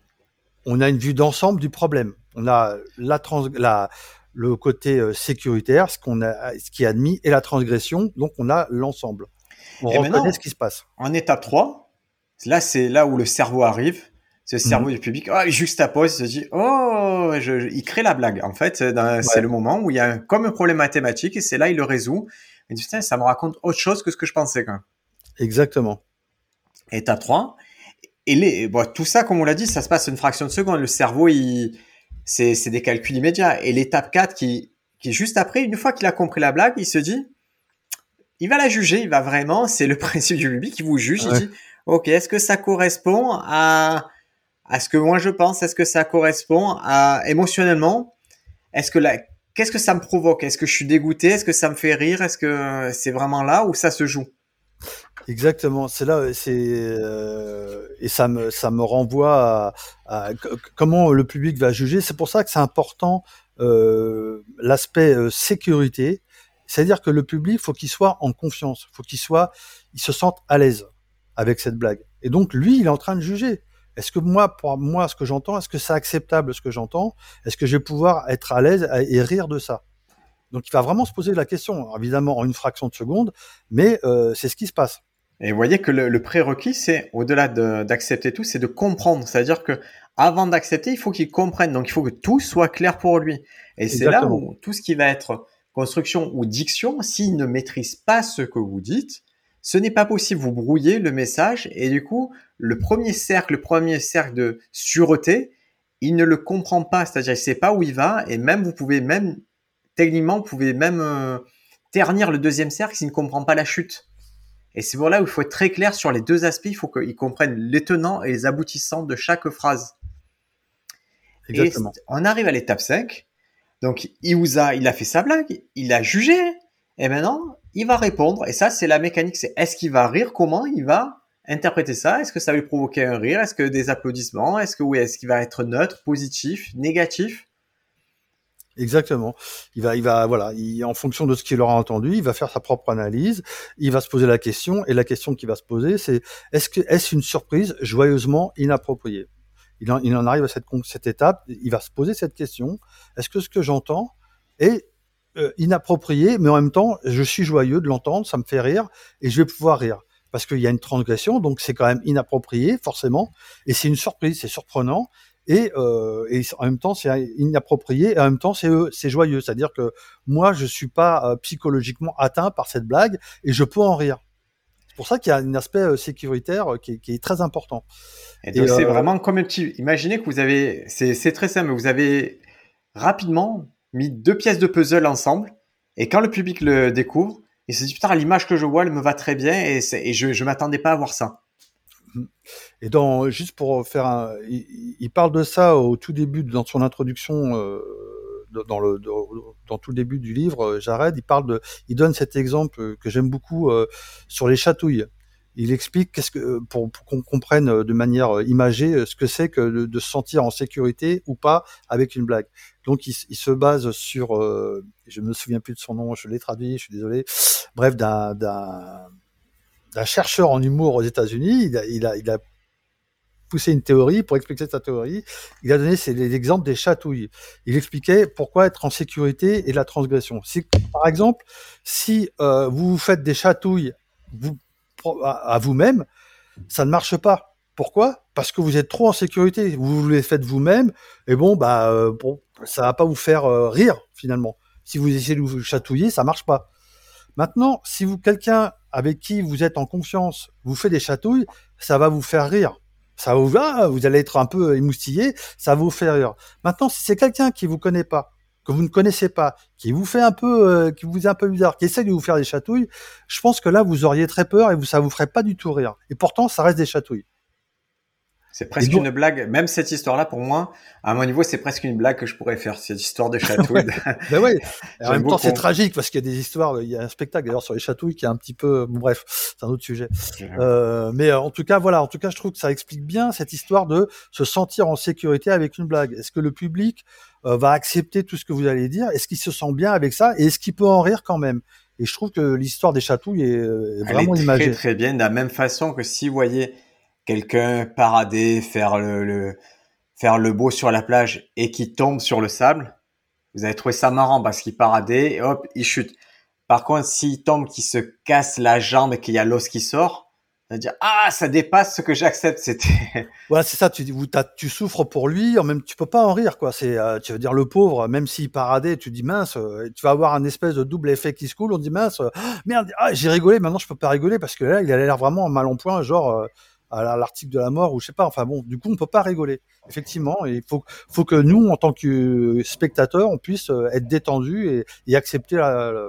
on a une vue d'ensemble du problème. On a la trans, la, le côté euh, sécuritaire, ce qu'on a, ce qui est admis, et la transgression. Donc, on a l'ensemble. On et reconnaît ce qui se passe. En étape trois, là, c'est là où le cerveau arrive. C'est le cerveau mmh. du public. Oh, il juxtapose, il se dit, oh, je, je, il crée la blague. En fait, dans, ouais. c'est le moment où il y a un, comme un problème mathématique, et c'est là il le résout. Il dit, putain, ça me raconte autre chose que ce que je pensais, quand même. Exactement. Étape trois. Et les, bon, tout ça, comme on l'a dit, ça se passe une fraction de seconde. Le cerveau, il, c'est, c'est des calculs immédiats. Et l'étape quatre qui, qui juste après, une fois qu'il a compris la blague, il se dit, il va la juger, il va vraiment, c'est le principe du public, il vous juge, il Ouais. dit, ok, est-ce que ça correspond à, à ce que moi je pense, est-ce que ça correspond à, émotionnellement, est-ce que la, qu'est-ce que ça me provoque, est-ce que je suis dégoûté, est-ce que ça me fait rire, est-ce que c'est vraiment là où ça se joue? Exactement, c'est là, c'est euh, et ça me ça me renvoie à, à c- comment le public va juger. C'est pour ça que c'est important euh, l'aspect euh, sécurité, c'est-à-dire que le public faut qu'il soit en confiance, faut qu'il soit, il se sente à l'aise avec cette blague. Et donc lui, il est en train de juger. Est-ce que moi, pour moi, ce que j'entends, est-ce que c'est acceptable ce que j'entends? Est-ce que je vais pouvoir être à l'aise et rire de ça? Donc il va vraiment se poser la question, évidemment en une fraction de seconde, mais euh, c'est ce qui se passe. Et vous voyez que le, le prérequis, c'est, au-delà de- d'accepter tout, c'est de comprendre. C'est-à-dire que avant d'accepter, il faut qu'il comprenne. Donc, il faut que tout soit clair pour lui. Et c'est là Exactement. où tout ce qui va être construction ou diction, s'il ne maîtrise pas ce que vous dites, ce n'est pas possible. Vous brouillez le message et du coup, le premier cercle, le premier cercle de sûreté, il ne le comprend pas. C'est-à-dire, il ne sait pas où il va et même, vous pouvez même, techniquement, vous pouvez même euh, ternir le deuxième cercle s'il ne comprend pas la chute. Et c'est pour là où il faut être très clair sur les deux aspects. Il faut qu'ils comprennent les tenants et les aboutissants de chaque phrase. Et Exactement. on arrive à l'étape cinq. Donc, il vous a, il a fait sa blague, il a jugé. Et maintenant, il va répondre. Et ça, c'est la mécanique. C'est est-ce qu'il va rire? Comment il va interpréter ça? Est-ce que ça va lui provoquer un rire? Est-ce que des applaudissements? Est-ce que oui, est-ce qu'il va être neutre, positif, négatif? Exactement. Il va, il va, voilà, il, en fonction de ce qu'il aura entendu, il va faire sa propre analyse, il va se poser la question, et la question qui va se poser, c'est est-ce que est-ce une surprise joyeusement inappropriée? Il en, il en arrive à cette, cette étape, il va se poser cette question, est-ce que ce que j'entends est euh, inapproprié, mais en même temps, je suis joyeux de l'entendre, ça me fait rire, et je vais pouvoir rire. Parce qu'il y a une transgression, donc c'est quand même inapproprié, forcément, et c'est une surprise, c'est surprenant, et, euh, et en même temps c'est inapproprié, et en même temps c'est c'est joyeux, c'est-à-dire que moi je suis pas euh, psychologiquement atteint par cette blague, et je peux en rire. C'est pour ça qu'il y a un aspect euh, sécuritaire euh, qui, est, qui est très important. Et Et donc, c'est euh, vraiment comme un petit, imaginez que vous avez, c'est, c'est très simple, vous avez rapidement mis deux pièces de puzzle ensemble, et quand le public le découvre, il se dit, putain, l'image que je vois, elle me va très bien, et, c'est, et je, je m'attendais pas à voir ça. Et dans, juste pour faire un, il, il parle de ça au tout début, dans son introduction, euh, dans le, dans, dans tout le début du livre, Jared, il parle de, il donne cet exemple que j'aime beaucoup euh, sur les chatouilles. Il explique qu'est-ce que, pour, pour qu'on comprenne de manière imagée ce que c'est que de, de se sentir en sécurité ou pas avec une blague. Donc il, il se base sur, euh, je me souviens plus de son nom, je l'ai traduit, je suis désolé. Bref, d'un, d'un d'un chercheur en humour aux États-Unis. Il a, il a, il a poussé une théorie pour expliquer sa théorie. Il a donné l'exemple des chatouilles. Il expliquait pourquoi être en sécurité et la transgression. Si, par exemple, si euh, vous vous faites des chatouilles vous, à, à vous-même, ça ne marche pas. Pourquoi? Parce que vous êtes trop en sécurité. Vous vous les faites vous-même, et bon, bah, euh, bon, ça va pas vous faire euh, rire finalement. Si vous essayez de vous chatouiller, ça marche pas. Maintenant, si vous quelqu'un avec qui vous êtes en confiance vous fait des chatouilles, ça va vous faire rire. Ça vous va, vous allez être un peu émoustillé, ça va vous faire rire. Maintenant, si c'est quelqu'un qui vous connaît pas, que vous ne connaissez pas, qui vous fait un peu, euh, qui vous est un peu bizarre, qui essaie de vous faire des chatouilles, je pense que là, vous auriez très peur et vous, ça vous ferait pas du tout rire. Et pourtant, ça reste des chatouilles. C'est Et presque donc, une blague. Même cette histoire-là, pour moi, à mon niveau, c'est presque une blague que je pourrais faire. Cette histoire de chatouille. ouais, ben ouais. En J'aime même temps, c'est beaucoup. tragique parce qu'il y a des histoires. Il y a un spectacle d'ailleurs sur les chatouilles qui est un petit peu. Bon, bref, c'est un autre sujet. Je- Euh, mais en tout cas, voilà. En tout cas, je trouve que ça explique bien cette histoire de se sentir en sécurité avec une blague. Est-ce que le public euh, va accepter tout ce que vous allez dire? Est-ce qu'il se sent bien avec ça? Et est-ce qu'il peut en rire quand même? Et je trouve que l'histoire des chatouilles est, est Elle est vraiment très imagée. très bien, de la même façon que si vous voyez quelqu'un parader, faire le, le- faire le beau sur la plage et qui tombe sur le sable, vous allez trouver ça marrant parce qu'il paradait et hop, il chute. Par contre, s'il tombe, qu'il se casse la jambe et qu'il y a l'os qui sort, ça veut dire ah, ça dépasse ce que j'accepte. C'était Voilà, c'est ça. Tu, où t'as- tu souffres pour lui, en même tu peux pas en rire, quoi. C'est, euh, tu veux dire le pauvre, même s'il paradait, tu dis mince, euh, tu vas avoir un espèce de double effet qui se coule. On dit mince, euh, ah, merde, ah, j'ai rigolé, maintenant je peux pas rigoler parce que là, il a l'air vraiment mal en point, genre euh, à l'article de la mort ou je sais pas. Enfin bon, du coup, on peut pas rigoler. Effectivement, et il faut, faut que nous, en tant que spectateurs, on puisse être détendus et, et accepter la, la,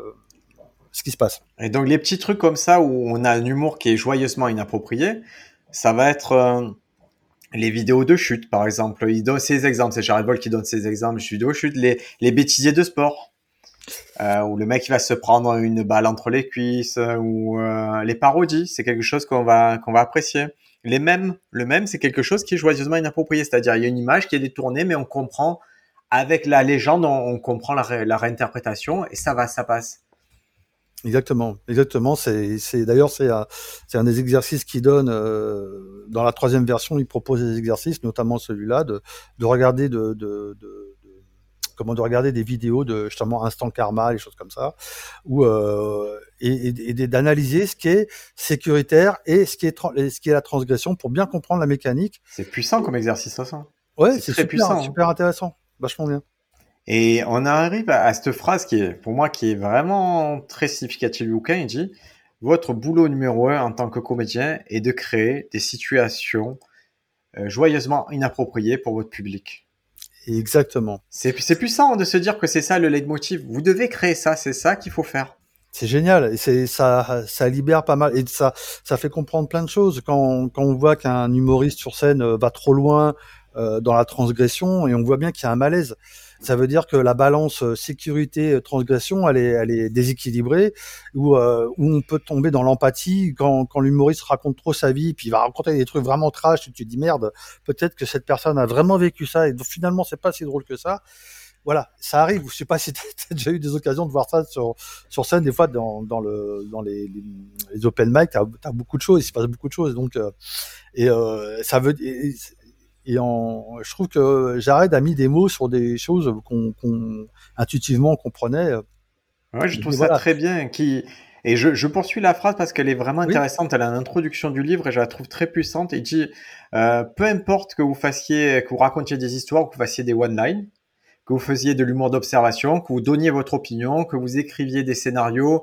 ce qui se passe. Et donc les petits trucs comme ça où on a un humour qui est joyeusement inapproprié, ça va être euh, les vidéos de chute, par exemple. Il donne ses exemples, c'est Jared Ball qui donne ses exemples de vidéos de chute, les, les bêtisiers de sport. Euh, où le mec il va se prendre une balle entre les cuisses, euh, ou euh, les parodies, c'est quelque chose qu'on va qu'on va apprécier. Les mèmes, le mème c'est quelque chose qui est joyeusement inapproprié, c'est-à-dire il y a une image qui est détournée, mais on comprend avec la légende, on, on comprend la, ré, la réinterprétation et ça va, ça passe. Exactement, exactement. C'est, c'est d'ailleurs c'est un, c'est un des exercices qu'il donne euh, dans la troisième version. Il propose des exercices, notamment celui-là, de de regarder de, de, de comment de regarder des vidéos de justement Instant Karma, les choses comme ça, ou euh, et, et, et d'analyser ce qui est sécuritaire et ce qui est et ce qui est la transgression pour bien comprendre la mécanique. C'est puissant comme exercice, ça. ça. Ouais, c'est, c'est très super, puissant, super hein. intéressant, vachement bien. Et on arrive à, à cette phrase qui est, pour moi, qui est vraiment très significative du bouquin. Il dit, votre boulot numéro un en tant que comédien est de créer des situations euh, joyeusement inappropriées pour votre public. Exactement. C'est, c'est puissant de se dire que c'est ça le leitmotiv. Vous devez créer ça, c'est ça qu'il faut faire. C'est génial et c'est ça, ça libère pas mal et ça, ça fait comprendre plein de choses quand quand on voit qu'un humoriste sur scène va trop loin euh, dans la transgression et on voit bien qu'il y a un malaise. Ça veut dire que la balance sécurité transgression elle est elle est déséquilibrée où euh, où on peut tomber dans l'empathie quand quand l'humoriste raconte trop sa vie puis il va raconter des trucs vraiment trash et tu te dis merde peut-être que cette personne a vraiment vécu ça et donc, finalement c'est pas si drôle que ça. Voilà, ça arrive. Je sais pas si tu as déjà eu des occasions de voir ça sur sur scène. Des fois, dans dans le dans les les, les open mic, t'as as beaucoup de choses. Il se passe beaucoup de choses. Donc euh, et euh, ça veut et, et en, je trouve que Jared a mis des mots sur des choses qu'on qu'on intuitivement on comprenait. Ouais, je Et trouve puis ça voilà. très bien. Qui et je, je poursuis la phrase parce qu'elle est vraiment Oui, intéressante. Elle a une introduction du livre et je la trouve très puissante. Il dit, euh, peu importe que vous fassiez, que vous racontiez des histoires, que vous fassiez des one-line, que vous faisiez de l'humour d'observation, que vous donniez votre opinion, que vous écriviez des scénarios,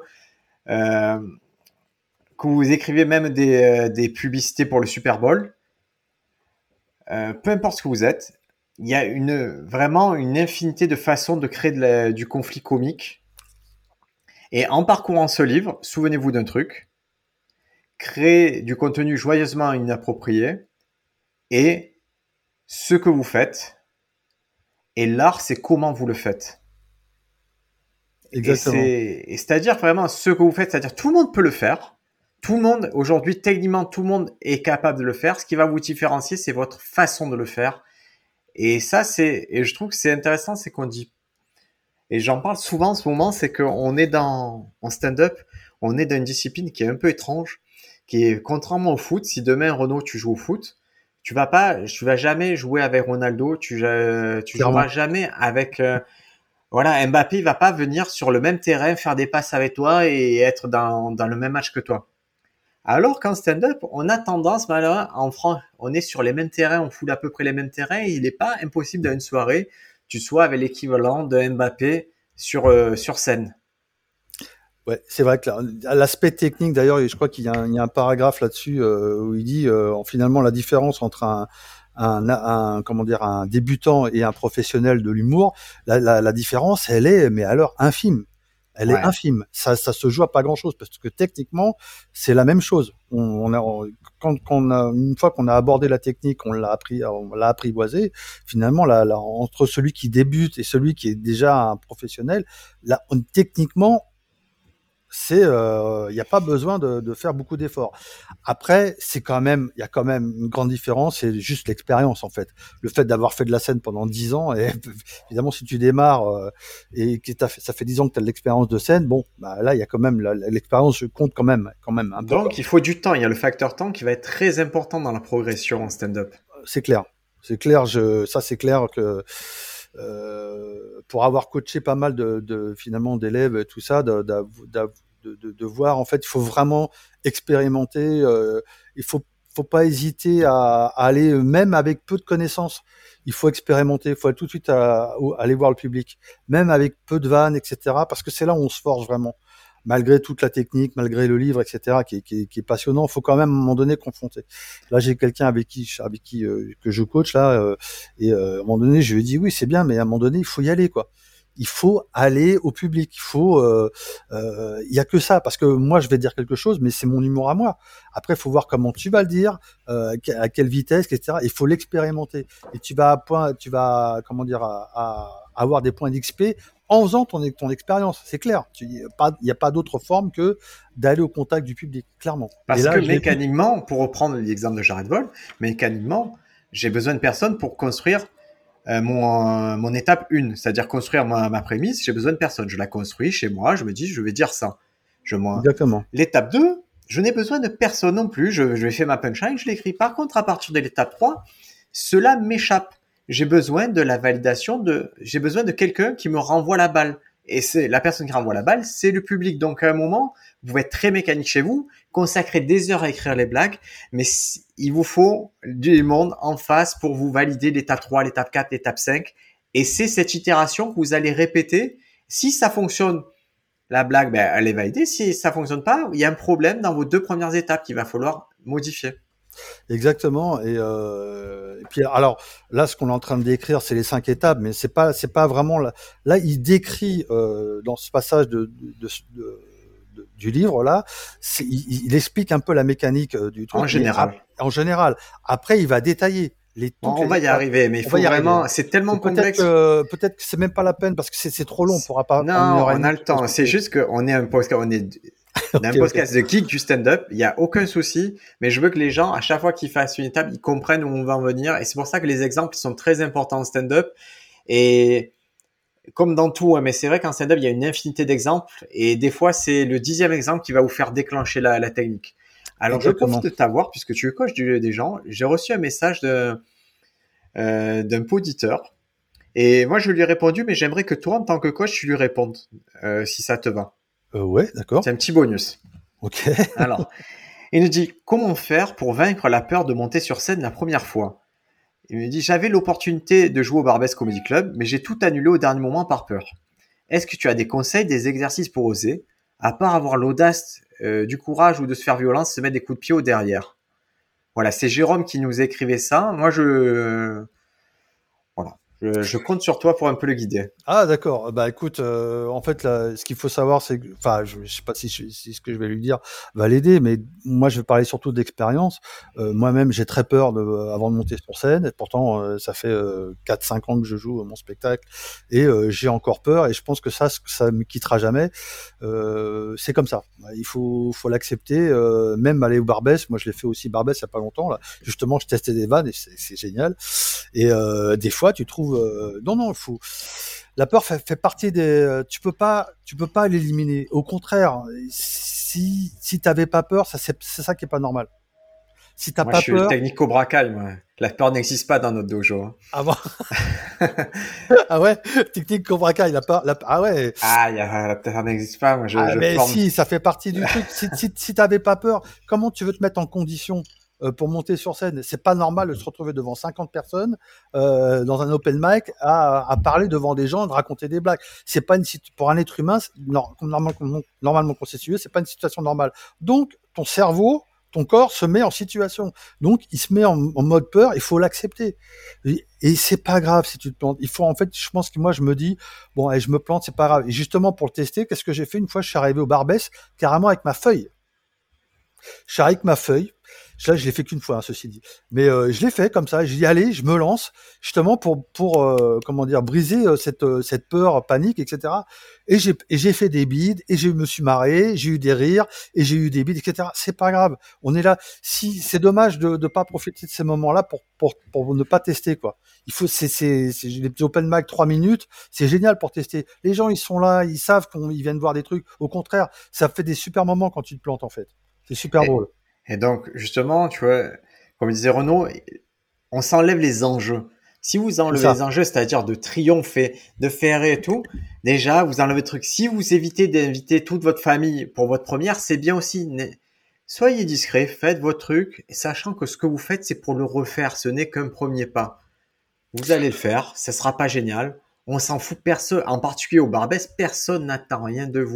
euh, que vous écriviez même des, euh, des publicités pour le Super Bowl, euh, peu importe ce que vous êtes, il y a une, vraiment une infinité de façons de créer de la- du conflit comique. Et en parcourant ce livre, souvenez-vous d'un truc, créer du contenu joyeusement inapproprié et ce que vous faites. Et l'art, c'est comment vous le faites. Et exactement. c'est, et c'est-à-dire vraiment ce que vous faites, c'est-à-dire tout le monde peut le faire. Tout le monde, aujourd'hui, techniquement, tout le monde est capable de le faire. Ce qui va vous différencier, c'est votre façon de le faire. Et ça, c'est, et je trouve que c'est intéressant, c'est qu'on dit, et j'en parle souvent en ce moment, c'est qu'on est dans, en stand-up, on est dans une discipline qui est un peu étrange, qui est contrairement au foot. Si demain, Renaud, tu joues au foot, tu vas pas, tu vas jamais jouer avec Ronaldo, tu, euh, tu joueras Clairement. jamais avec, euh, voilà, Mbappé il va pas venir sur le même terrain faire des passes avec toi et être dans, dans le même match que toi. Alors qu'en stand-up, on a tendance, malheureusement, en France, on est sur les mêmes terrains, on foule à peu près les mêmes terrains, et il n'est pas impossible dans une soirée, tu sois avec l'équivalent de Mbappé sur, euh, sur scène. Ouais, c'est vrai que la- l'aspect technique, d'ailleurs, je crois qu'il y a un, il y a un paragraphe là-dessus euh, où il dit euh, finalement la différence entre un, un, un comment dire un débutant et un professionnel de l'humour, la, la, la différence, elle est mais alors infime. Elle est Ouais. infime. Ça, ça se joue à pas grand-chose parce que techniquement, c'est la même chose. On, on a on- quand, quand on a une fois qu'on a abordé la technique, on l'a appris, on l'a apprivoisé. Finalement, la, la, entre celui qui débute et celui qui est déjà un professionnel, là, on, techniquement c'est il euh, n'y a pas besoin de, de faire beaucoup d'efforts. Après, c'est quand même il y a quand même une grande différence, c'est juste l'expérience en fait. Le fait d'avoir fait de la scène pendant dix ans et évidemment si tu démarres euh, et que t'as fait, ça fait dix ans que tu as de l'expérience de scène, bon, bah là il y a quand même la, l'expérience compte quand même quand même un peu. Donc, il faut du temps. Il y a le facteur temps qui va être très important dans la progression en stand-up. C'est clair. C'est clair, je ça c'est clair que euh, pour avoir coaché pas mal de, de finalement d'élèves et tout ça, de, de, de, de, de voir en fait, il faut vraiment expérimenter. Euh, il faut faut pas hésiter à, à aller même avec peu de connaissances. Il faut expérimenter. Il faut aller tout de suite à, à aller voir le public, même avec peu de vannes, et cetera. Parce que c'est là où on se forge vraiment. malgré toute la technique, malgré le livre, et cetera, qui est, qui est, qui est passionnant, faut quand même à un moment donné confronter. Là, j'ai quelqu'un avec qui, avec qui euh, que je coach là, euh, et euh, à un moment donné, je lui ai dit oui, c'est bien, mais à un moment donné, il faut y aller, quoi. Il faut aller au public. Il faut, euh, euh, il y a que ça, parce que moi, je vais dire quelque chose, mais c'est mon humour à moi. Après, il faut voir comment tu vas le dire, euh, à quelle vitesse, et cetera. Il faut l'expérimenter. Et tu vas à point, tu vas, comment dire, à, à avoir des points d'X P en faisant ton, ton expérience. C'est clair. Il n'y a pas d'autre forme que d'aller au contact du public, clairement. Parce Et là, que je l'ai pris. mécaniquement, pour reprendre l'exemple de Jared Vol, mécaniquement, j'ai besoin de personnes pour construire euh, mon, euh, mon étape un, c'est-à-dire construire ma, ma prémisse. J'ai besoin de personnes. Je la construis chez moi, je me dis, je vais dire ça. Je, moi. Exactement. L'étape deux, je n'ai besoin de personne non plus. Je, je vais faire ma punchline, je l'écris. Par contre, à partir de l'étape trois, cela m'échappe. J'ai besoin de la validation de, j'ai besoin de quelqu'un qui me renvoie la balle. Et c'est la personne qui renvoie la balle, c'est le public. Donc à un moment, vous pouvez être très mécanique chez vous, consacrer des heures à écrire les blagues, mais si, il vous faut du monde en face pour vous valider l'étape trois, l'étape quatre, l'étape cinq. Et c'est cette itération que vous allez répéter. Si ça fonctionne, la blague, ben, elle est validée. Si ça fonctionne pas, il y a un problème dans vos deux premières étapes qu'il va falloir modifier. Exactement. Et, euh, et puis alors là, ce qu'on est en train de décrire, c'est les cinq étapes, mais c'est pas c'est pas vraiment là. Là, il décrit euh, dans ce passage de, de, de, de du livre là, il, il explique un peu la mécanique euh, du truc. En général. Mais, en général. Après, il va détailler. Les, bon, on va y arriver, mais il faut vraiment. C'est tellement complexe. Peut-être que, peut-être que c'est même pas la peine parce que c'est, c'est trop long. On pourra pas. Non, on a le temps. C'est juste qu'on est un podcast, on est okay, un podcast okay. de geek du stand-up. Il y a aucun souci, mais je veux que les gens, à chaque fois qu'ils fassent une étape, ils comprennent où on va en venir. Et c'est pour ça que les exemples sont très importants en stand-up. Et comme dans tout, mais c'est vrai qu'en stand-up, il y a une infinité d'exemples. Et des fois, c'est le dixième exemple qui va vous faire déclencher la, la technique. Alors, Exactement. Je profite de t'avoir, puisque tu es coach du, des gens. J'ai reçu un message de, euh, d'un auditeur. Et moi, je lui ai répondu, mais j'aimerais que toi, en tant que coach, tu lui répondes, euh, si ça te va. Euh, ouais, d'accord. C'est un petit bonus. Ok. Alors, il nous dit, comment faire pour vaincre la peur de monter sur scène la première fois? Il me dit, j'avais l'opportunité de jouer au Barbès Comedy Club, mais j'ai tout annulé au dernier moment par peur. Est-ce que tu as des conseils, des exercices pour oser, à part avoir l'audace, euh, du courage ou de se faire violence, se mettre des coups de pied au derrière? Voilà, c'est Jérôme qui nous écrivait ça. Moi, je... Voilà. Je, je compte sur toi pour un peu le guider. Ah d'accord. Bah écoute, euh, en fait là, ce qu'il faut savoir, c'est que, enfin, je, je sais pas si, je, si ce que je vais lui dire va l'aider, mais moi je vais parler surtout d'expérience. Euh, moi-même, j'ai très peur de, avant de monter sur scène. Et pourtant, euh, ça fait euh, quatre cinq ans que je joue mon spectacle et euh, j'ai encore peur. Et je pense que ça, ça me quittera jamais. Euh, c'est comme ça. Il faut, faut l'accepter. Euh, même aller au Barbès, moi je l'ai fait aussi Barbès il y a pas longtemps. Là, justement, je testais des vannes et c'est, c'est génial. Et euh, des fois, tu trouves euh, non non, il faut. La peur fait, fait partie des. Tu peux pas, tu peux pas l'éliminer. Au contraire, si si t'avais pas peur, ça c'est, c'est ça qui est pas normal. Si t'as moi, pas je suis peur. technico Kai, moi. La peur n'existe pas dans notre dojo. Hein. Ah bon. Ah ouais, technique Cobra Kai, il a pas. La... Ah ouais. Ah, y a, la peur n'existe pas. Moi, je. Ah je mais forme... si, ça fait partie du truc. Si si si t'avais pas peur, comment tu veux te mettre en condition pour monter sur scène? C'est pas normal de se retrouver devant cinquante personnes euh, dans un open mic à, à parler devant des gens, de raconter des blagues. C'est pas une pour un être humain normalement normalement constitué, c'est pas une situation normale. Donc ton cerveau, ton corps se met en situation. Donc il se met en, en mode peur. Il faut l'accepter. Et, et c'est pas grave si tu te plantes. Il faut en fait, je pense que moi je me dis bon, allez, je me plante, c'est pas grave. Et justement pour le tester, qu'est-ce que j'ai fait une fois? Je suis arrivé au Barbès carrément avec ma feuille. Je suis arrivé avec ma feuille. Là, je l'ai fait qu'une fois, hein, ceci dit. Mais euh, je l'ai fait comme ça. J'ai dit allez, je me lance, justement pour pour euh, comment dire briser euh, cette euh, cette peur, panique, et cetera. Et j'ai et j'ai fait des bides et je me suis marré, j'ai eu des rires et j'ai eu des bides, et cetera. C'est pas grave. On est là. Si c'est dommage de de pas profiter de ces moments-là pour pour pour ne pas tester quoi. Il faut c'est c'est c'est les petits open mic trois minutes, c'est génial pour tester. Les gens ils sont là, ils savent qu'ils viennent voir des trucs. Au contraire, ça fait des super moments quand tu te plantes en fait. C'est super et, drôle. Et donc, justement, tu vois, comme disait Renaud, on s'enlève les enjeux. Si vous enlevez les enjeux, c'est-à-dire de triompher, de faire et tout, déjà, vous enlevez le truc. Si vous évitez d'inviter toute votre famille pour votre première, c'est bien aussi. Soyez discret, faites votre truc, sachant que ce que vous faites, c'est pour le refaire. Ce n'est qu'un premier pas. Vous allez le faire, ça sera pas génial. On s'en fout, personne, en particulier au Barbès, personne n'attend rien de vous.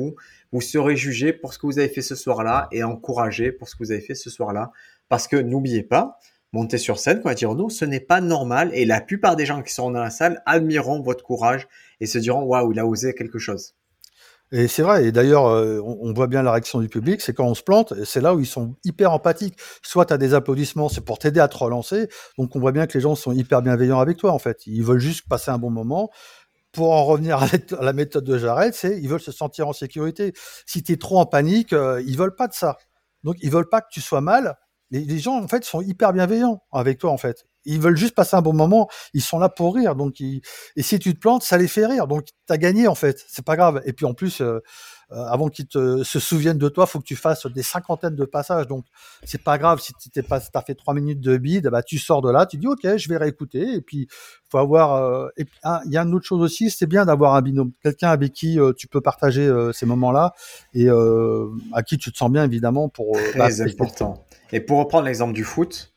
vous serez jugé pour ce que vous avez fait ce soir-là et encouragé pour ce que vous avez fait ce soir-là. Parce que n'oubliez pas, monter sur scène, quoi, dire non, ce n'est pas normal. Et la plupart des gens qui sont dans la salle admireront votre courage et se diront, waouh, il a osé quelque chose. Et c'est vrai, et d'ailleurs, euh, on, on voit bien la réaction du public, c'est quand on se plante, et c'est là où ils sont hyper empathiques. Soit tu as des applaudissements, c'est pour t'aider à te relancer, donc on voit bien que les gens sont hyper bienveillants avec toi, en fait. Ils veulent juste passer un bon moment. Pour en revenir à la, à la méthode de Jared, c'est ils veulent se sentir en sécurité. Si tu es trop en panique, euh, ils veulent pas de ça. Donc ils veulent pas que tu sois mal. Les, les gens, en fait, sont hyper bienveillants avec toi, en fait. Ils veulent juste passer un bon moment. Ils sont là pour rire. Donc, ils... Et si tu te plantes, ça les fait rire. Donc, tu as gagné, en fait. C'est pas grave. Et puis, en plus, euh, euh, avant qu'ils te, se souviennent de toi, faut que tu fasses des cinquantaines de passages. Donc, c'est pas grave si tu as fait trois minutes de bide, bah, tu sors de là, tu dis, OK, je vais réécouter. Et puis, faut avoir, euh... et puis, il y a une autre chose aussi, c'est bien d'avoir un binôme. Quelqu'un avec qui euh, tu peux partager euh, ces moments-là et euh, à qui tu te sens bien, évidemment, pour, euh, bah, Très important. Et pour reprendre l'exemple du foot,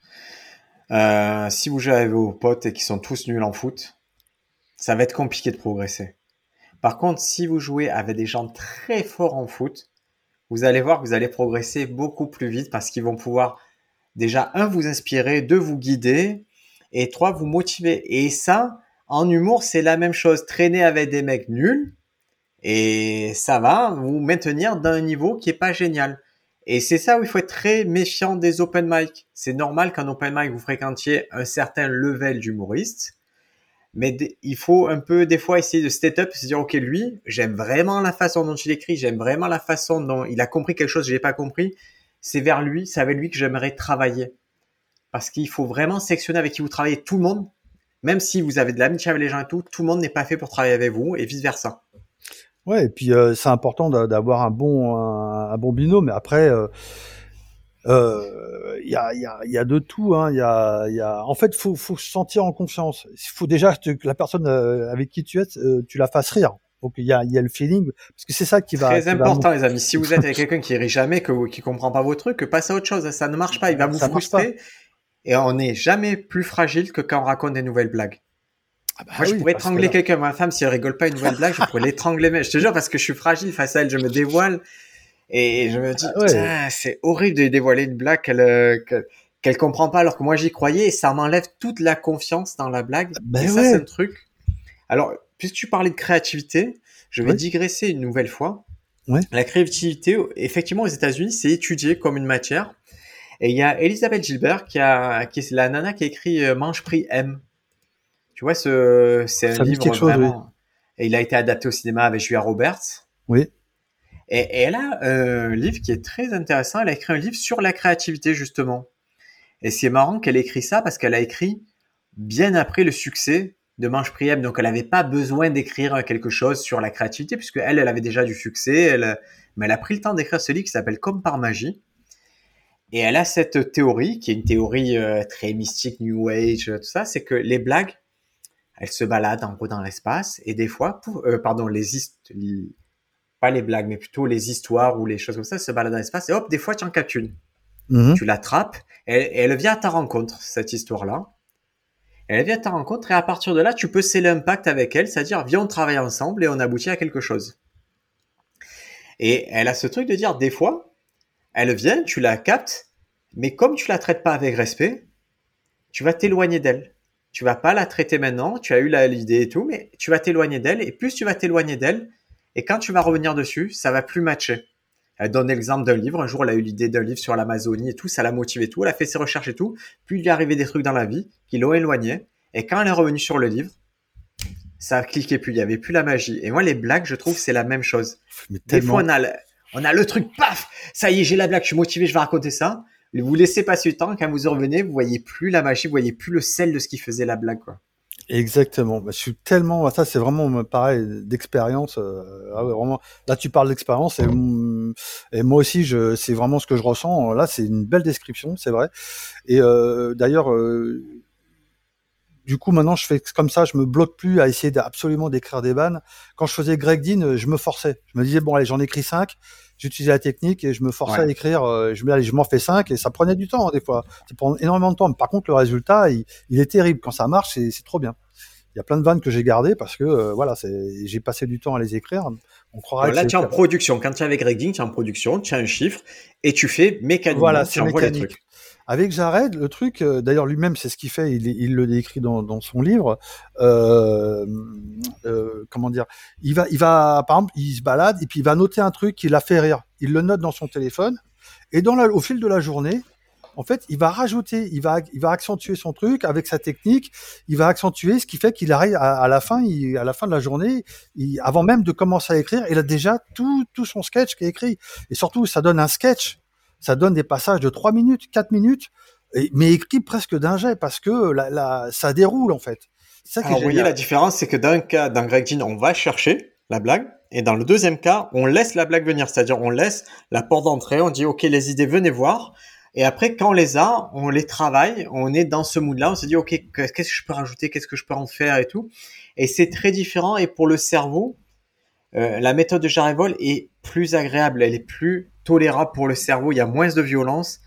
euh, si vous jouez avec vos potes et qui sont tous nuls en foot, ça va être compliqué de progresser. Par contre, si vous jouez avec des gens très forts en foot, vous allez voir que vous allez progresser beaucoup plus vite parce qu'ils vont pouvoir déjà, un, vous inspirer, deux, vous guider et trois, vous motiver. Et ça, en humour, c'est la même chose. Traîner avec des mecs nuls et ça va vous maintenir d'un niveau qui est pas génial. Et c'est ça où il faut être très méfiant des open mic. C'est normal qu'en open mic, vous fréquentiez un certain level d'humoriste. Mais d- il faut un peu, des fois, essayer de step up, se dire, OK, lui, j'aime vraiment la façon dont il écrit, j'aime vraiment la façon dont il a compris quelque chose que je n'ai pas compris. C'est vers lui, c'est avec lui que j'aimerais travailler. Parce qu'il faut vraiment sélectionner avec qui vous travaillez. Tout le monde, même si vous avez de l'amitié avec les gens et tout, tout le monde n'est pas fait pour travailler avec vous et vice versa. Ouais, et puis euh, c'est important d'a- d'avoir un bon, un, un bon binôme. Mais après, euh, euh, il y a, il y a, il y a de tout. Hein. Il y a, il y a. En fait, faut, faut se sentir en confiance. Il faut déjà que la personne euh, avec qui tu es, euh, tu la fasses rire. Donc il y a, il y a le feeling, parce que c'est ça qui va, Très qui va. important, les amis. Si vous êtes avec quelqu'un qui rit jamais, que, qui comprend pas vos trucs, que passez à autre chose. Ça ne marche pas. Il va vous Ça marche pas. frustrer. Et on n'est jamais plus fragile que quand on raconte des nouvelles blagues. Ah bah Moi, je oui, pourrais parce que étrangler là. quelqu'un. Ma femme, si elle rigole pas une nouvelle blague, je pourrais l'étrangler. Mais je te jure, parce que je suis fragile face à elle, je me dévoile. Et je me dis, Ah ouais. putain, c'est horrible de dévoiler une blague qu'elle euh, que- qu'elle comprend pas alors que moi j'y croyais et ça m'enlève toute la confiance dans la blague. Et Ben ça, c'est ouais. un truc. Alors, puisque tu parlais de créativité, je vais Oui. digresser une nouvelle fois. Ouais. La créativité, effectivement, aux États-Unis, c'est étudié comme une matière. Et il y a Elisabeth Gilbert qui a, qui est la nana qui a écrit euh, Mange Prix M. Tu vois, ce, c'est un Ça me dit livre quelque chose, oui. vraiment. Et il a été adapté au cinéma avec Julia Roberts. Oui. Et, et elle a un livre qui est très intéressant. Elle a écrit un livre sur la créativité, justement. Et c'est marrant qu'elle ait écrit ça parce qu'elle a écrit bien après le succès de Mange Prix M. Donc, elle n'avait pas besoin d'écrire quelque chose sur la créativité puisque elle, elle avait déjà du succès. Elle, mais elle a pris le temps d'écrire ce livre qui s'appelle Comme par magie. Et elle a cette théorie, qui est une théorie euh, très mystique, New Age, tout ça, c'est que les blagues, elles se baladent en gros dans l'espace, et des fois, pour, euh, pardon, les, hist- les- pas les blagues, mais plutôt les histoires ou les choses comme ça se baladent dans l'espace, et hop, des fois, tu en captes une. Mhm. Tu l'attrapes, et, et elle vient à ta rencontre, cette histoire-là. Elle vient à ta rencontre, et à partir de là, tu peux sceller un pacte avec elle, c'est-à-dire, viens, on travaille ensemble, et on aboutit à quelque chose. Et elle a ce truc de dire, des fois, elle vient, tu la captes, mais comme tu la traites pas avec respect, tu vas t'éloigner d'elle. Tu vas pas la traiter maintenant, tu as eu l'idée et tout, mais tu vas t'éloigner d'elle, et plus tu vas t'éloigner d'elle, et quand tu vas revenir dessus, ça va plus matcher. Elle donne l'exemple d'un livre, un jour elle a eu l'idée d'un livre sur l'Amazonie et tout, ça l'a motivé et tout, elle a fait ses recherches et tout, puis il lui est arrivé des trucs dans la vie qui l'ont éloignée, et quand elle est revenue sur le livre, ça a cliqué plus, il y avait plus la magie. Et moi les blagues, je trouve c'est la même chose. Mais Des fois tellement. on a le, on a le truc, paf, ça y est, j'ai la blague, je suis motivé, je vais raconter ça. Vous laissez passer le temps, quand vous revenez, vous voyez plus la magie, vous voyez plus le sel de ce qui faisait la blague, quoi. Exactement. Bah, je suis tellement. Ça, c'est vraiment pareil d'expérience. euh, ah ouais, vraiment. Là, tu parles d'expérience et, mm, et moi aussi, je. C'est vraiment ce que je ressens. Là, c'est une belle description, c'est vrai. Et euh, d'ailleurs, euh, du coup, maintenant, je fais comme ça. Je me bloque plus à essayer d- absolument d'écrire des vannes. Quand je faisais Greg Dean, je me forçais. Je me disais bon, allez, j'en écris cinq. J'utilisais la technique et je me forçais Ouais. à écrire. euh, je me allez, je m'en fais cinq et ça prenait du temps hein, des fois. Ça prend énormément de temps. Mais par contre, le résultat, il, il est terrible. Quand ça marche, c'est c'est trop bien. Il y a plein de vannes que j'ai gardées parce que euh, voilà, c'est j'ai passé du temps à les écrire. On croirait Donc que là, c'est tu es en production. Quand tu es avec Redding, tu es en production, tu as un chiffre et tu fais voilà, mécaniquement, tu c'est envoies les mécanique. trucs. Avec Jared, le truc, euh, d'ailleurs lui-même, c'est ce qu'il fait, il, il le décrit dans, dans son livre. Euh, euh, comment dire Il va, il va, par exemple, il se balade et puis il va noter un truc qui l'a fait rire. Il le note dans son téléphone et dans la, au fil de la journée, en fait, il va rajouter, il va, il va accentuer son truc avec sa technique. Il va accentuer, ce qui fait qu'il arrive à, à la fin, il, à la fin de la journée, il, avant même de commencer à écrire, il a déjà tout, tout son sketch qui est écrit. Et surtout, ça donne un sketch. Ça donne des passages de trois minutes, quatre minutes, et, mais écrit presque d'un jet parce que la, la, ça déroule en fait. C'est ça qui est Alors, vous voyez, génial. la différence, c'est que dans un cas, dans Greg Jean, on va chercher la blague. Et dans le deuxième cas, on laisse la blague venir. C'est-à-dire, on laisse la porte d'entrée, on dit, OK, les idées, venez voir. Et après, quand on les a, on les travaille, on est dans ce mood-là, on se dit, OK, qu'est-ce que je peux rajouter, qu'est-ce que je peux en faire et tout. Et c'est très différent. Et pour le cerveau, euh, la méthode de Jarevol est plus agréable, elle est plus tolérable pour le cerveau, il y a moins de violence.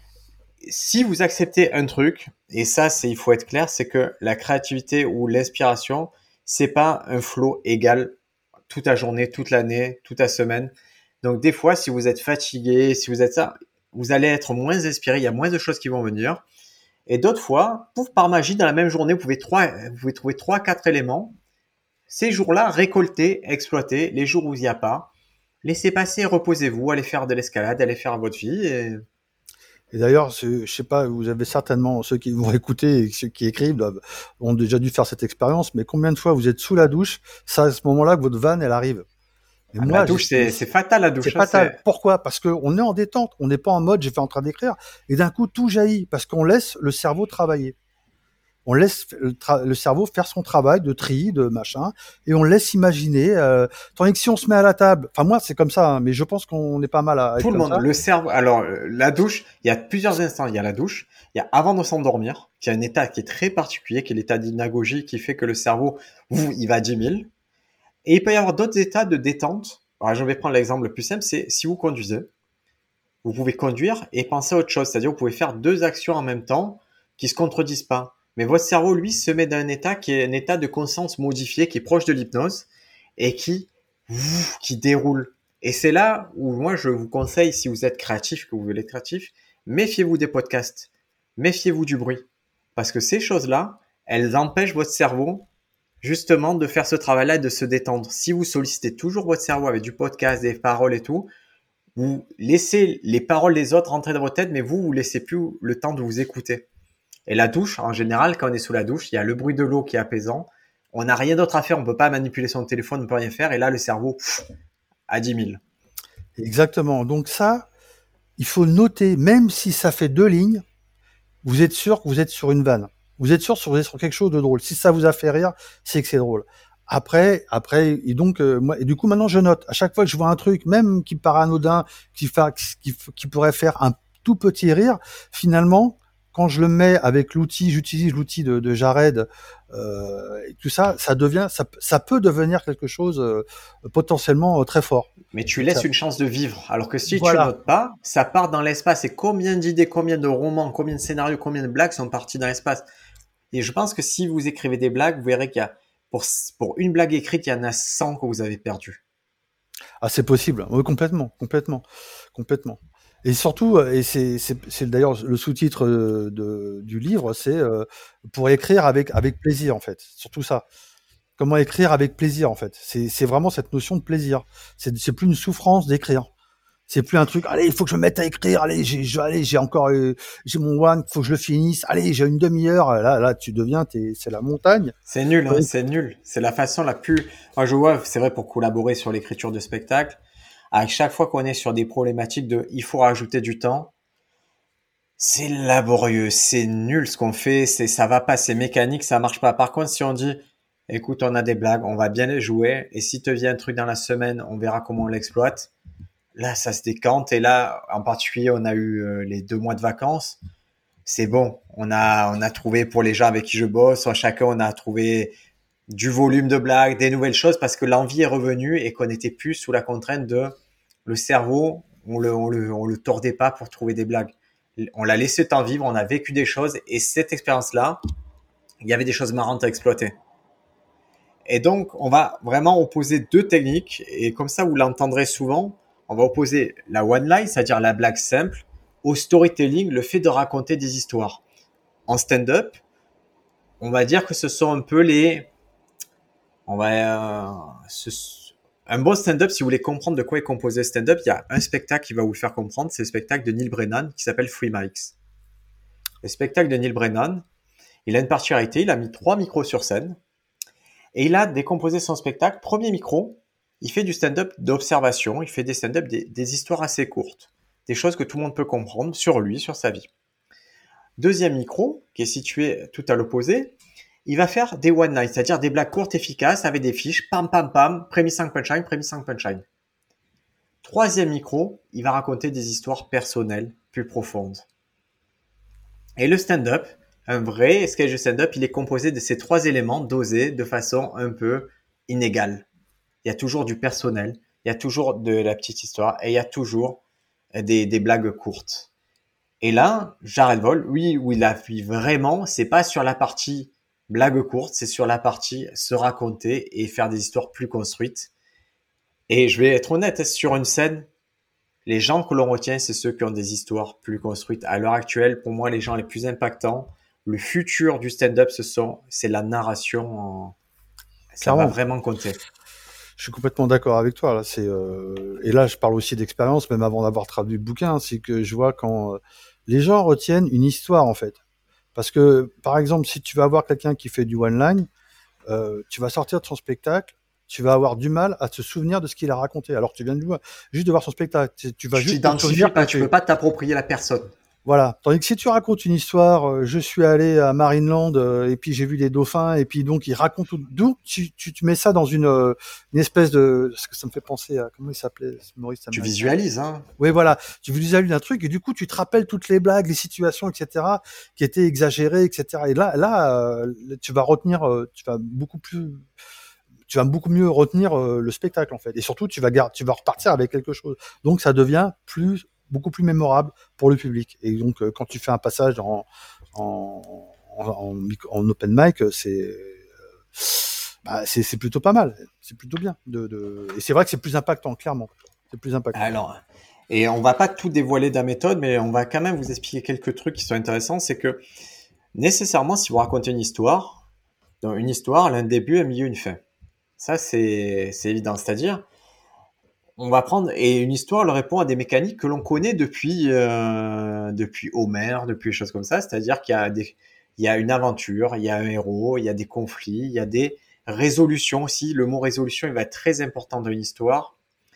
Si vous acceptez un truc, et ça, c'est, il faut être clair, c'est que la créativité ou l'inspiration, c'est pas un flow égal toute la journée, toute l'année, toute la semaine. Donc, des fois, si vous êtes fatigué, si vous êtes ça, vous allez être moins inspiré, il y a moins de choses qui vont venir. Et d'autres fois, pouf, par magie, dans la même journée, vous pouvez, trois, vous pouvez trouver trois, quatre éléments. Ces jours-là, récoltez, exploitez. Les jours où il n'y a pas, laissez passer, reposez-vous, allez faire de l'escalade, allez faire votre vie. Et... Et d'ailleurs, je sais pas, vous avez certainement, ceux qui vont écouter et ceux qui écrivent doivent, ont déjà dû faire cette expérience, mais combien de fois vous êtes sous la douche, c'est à ce moment-là que votre vanne, elle arrive. Et Ah, la moi, douche, c'est, c'est fatal, la douche. c'est Ça, fatal. c'est... Pourquoi? Parce qu'on est en détente, on n'est pas en mode j'étais en train d'écrire, et d'un coup tout jaillit, parce qu'on laisse le cerveau travailler. On laisse le, tra- le cerveau faire son travail de tri, de machin, et on laisse imaginer. Euh, tandis que si on se met à la table, enfin moi c'est comme ça, hein, mais je pense qu'on est pas mal à être Tout le comme monde, ça. le cerveau. Alors, euh, la douche, il y a plusieurs instants. Il y a la douche, il y a avant de s'endormir, qui est un état qui est très particulier, qui est l'état d'hypnagogie, qui fait que le cerveau, ouf, il va à dix mille. Et il peut y avoir d'autres états de détente. Alors, je vais prendre l'exemple le plus simple, c'est si vous conduisez, vous pouvez conduire et penser à autre chose. C'est-à-dire, vous pouvez faire deux actions en même temps qui se contredisent pas. Mais votre cerveau, lui, se met dans un état qui est un état de conscience modifié, qui est proche de l'hypnose et qui, ouf, qui déroule. Et c'est là où moi, je vous conseille, si vous êtes créatif, que vous voulez être créatif, méfiez-vous des podcasts. Méfiez-vous du bruit. Parce que ces choses-là, elles empêchent votre cerveau justement de faire ce travail-là et de se détendre. Si vous sollicitez toujours votre cerveau avec du podcast, des paroles et tout, vous laissez les paroles des autres rentrer dans votre tête, mais vous, vous laissez plus le temps de vous écouter. Et la douche, en général, quand on est sous la douche, il y a le bruit de l'eau qui est apaisant. On n'a rien d'autre à faire, on ne peut pas manipuler son téléphone, on ne peut rien faire. Et là, le cerveau, pff, à dix mille. Exactement. Donc ça, il faut noter, même si ça fait deux lignes, vous êtes sûr que vous êtes sur une vanne. Vous êtes sûr que vous êtes sur quelque chose de drôle. Si ça vous a fait rire, c'est que c'est drôle. Après, après, et donc, euh, moi, et du coup, maintenant, je note. À chaque fois que je vois un truc, même qui paraît anodin, qui, fa, qui, qui pourrait faire un tout petit rire, finalement, quand je le mets avec l'outil, j'utilise l'outil de, de Jared, euh, et tout ça, ça devient, ça, ça peut devenir quelque chose euh, potentiellement euh, très fort. Mais tu Ça, laisses une chance de vivre. Alors que si tu voilà. notes pas, ça part dans l'espace. Et combien d'idées, combien de romans, combien de scénarios, combien de blagues sont partis dans l'espace. Et je pense que si vous écrivez des blagues, vous verrez qu'il y a, pour, pour une blague écrite, il y en a cent que vous avez perdues. Ah, c'est possible. Oui, complètement, complètement, complètement. Et surtout, euh, et c'est, c'est, c'est d'ailleurs le sous-titre euh, de, du livre, c'est euh, pour écrire avec, avec plaisir, en fait. Surtout ça. Comment écrire avec plaisir, en fait. C'est, c'est vraiment cette notion de plaisir. C'est, c'est plus une souffrance d'écrire. C'est plus un truc, allez, il faut que je me mette à écrire, allez, j'ai, je- allez, j'ai encore, euh, j'ai mon one, il faut que je le finisse, allez, j'ai une demi-heure, là, là, tu deviens, t'es, c'est la montagne. C'est nul, hein, Ouais. c'est nul. C'est la façon la plus... Moi, je vois, c'est vrai, pour collaborer sur l'écriture de spectacle, à chaque fois qu'on est sur des problématiques de il faut rajouter du temps, c'est laborieux, c'est nul ce qu'on fait, c'est ça va pas, c'est mécanique, ça marche pas. Par contre, si on dit écoute, on a des blagues, on va bien les jouer, et si te vient un truc dans la semaine, on verra comment on l'exploite. Là, ça se décante, et là, en particulier, on a eu euh, les deux mois de vacances. C'est bon, on a on a trouvé pour les gens avec qui je bosse, soit chacun on a trouvé du volume de blagues, des nouvelles choses, parce que l'envie est revenue et qu'on n'était plus sous la contrainte de le cerveau, on le, on le, on le tordait pas pour trouver des blagues. On l'a laissé le temps vivre, on a vécu des choses, et cette expérience-là, il y avait des choses marrantes à exploiter. Et donc, on va vraiment opposer deux techniques. Et comme ça, vous l'entendrez souvent, on va opposer la one-line, c'est-à-dire la blague simple, au storytelling, le fait de raconter des histoires. En stand-up, on va dire que ce sont un peu les... On va, euh, ce, un bon stand-up, si vous voulez comprendre de quoi est composé le stand-up, il y a un spectacle qui va vous le faire comprendre, c'est le spectacle de Neil Brennan qui s'appelle Free Mics. Le spectacle de Neil Brennan, il a une particularité, il a mis trois micros sur scène et il a décomposé son spectacle. Premier micro, il fait du stand-up d'observation, il fait des stand-up des, des histoires assez courtes, des choses que tout le monde peut comprendre sur lui, sur sa vie. Deuxième micro, qui est situé tout à l'opposé, il va faire des one-line, c'est-à-dire des blagues courtes efficaces avec des fiches, pam pam pam, prémisse cinq punchline, prémisse cinq punchline. Troisième micro, il va raconter des histoires personnelles plus profondes. Et le stand-up, un vrai sketch de stand-up, il est composé de ces trois éléments dosés de façon un peu inégale. Il y a toujours du personnel, il y a toujours de la petite histoire et il y a toujours des, des blagues courtes. Et là, Jared Vol, oui, où il appuie vraiment, c'est pas sur la partie blague courte, c'est sur la partie se raconter et faire des histoires plus construites. Et je vais être honnête, sur une scène, les gens que l'on retient, c'est ceux qui ont des histoires plus construites. À l'heure actuelle, pour moi, les gens les plus impactants, le futur du stand-up, ce sont, c'est la narration. En... Ça Clairement. va vraiment compter. Je suis complètement d'accord avec toi. Là, c'est euh... et là, je parle aussi d'expérience, même avant d'avoir traduit le bouquin, c'est que je vois quand euh, les gens retiennent une histoire en fait. Parce que, par exemple, si tu vas avoir quelqu'un qui fait du one-line, euh, tu vas sortir de son spectacle, tu vas avoir du mal à te souvenir de ce qu'il a raconté. Alors tu viens de voir, juste de voir son spectacle, tu, tu vas tu juste te souvenir pas, tu peux pas t'approprier la personne. Voilà. Tandis que si tu racontes une histoire, euh, je suis allé à Marineland euh, et puis j'ai vu des dauphins et puis donc il raconte tout. D'où tu, tu, tu mets ça dans une, euh, une espèce de, ce que ça me fait penser à comment il s'appelait, Maurice. Tu visualises, hein. Oui, voilà. Tu visualises un truc et du coup tu te rappelles toutes les blagues, les situations, et cetera, qui étaient exagérées, et cetera. Et là, là, euh, tu vas retenir, euh, tu vas beaucoup plus, tu vas beaucoup mieux retenir euh, le spectacle en fait. Et surtout, tu vas garder, tu vas repartir avec quelque chose. Donc ça devient plus beaucoup plus mémorable pour le public. Et donc, euh, quand tu fais un passage en, en, en, en, en open mic, c'est, euh, bah, c'est, c'est plutôt pas mal. C'est plutôt bien. De, de... Et c'est vrai que c'est plus impactant, clairement. C'est plus impactant. Alors, et on va pas tout dévoiler de la méthode, mais on va quand même vous expliquer quelques trucs qui sont intéressants. C'est que, nécessairement, si vous racontez une histoire, dans une histoire, elle a un début, un milieu, une fin. Ça, c'est, c'est évident. C'est-à-dire, on va prendre, et une histoire elle répond à des mécaniques que l'on connaît depuis, euh, depuis Homère, depuis des choses comme ça. C'est-à-dire qu'il y a des, il y a une aventure, il y a un héros, il y a des conflits, il y a des résolutions aussi. Le mot résolution, il va être très important dans une histoire.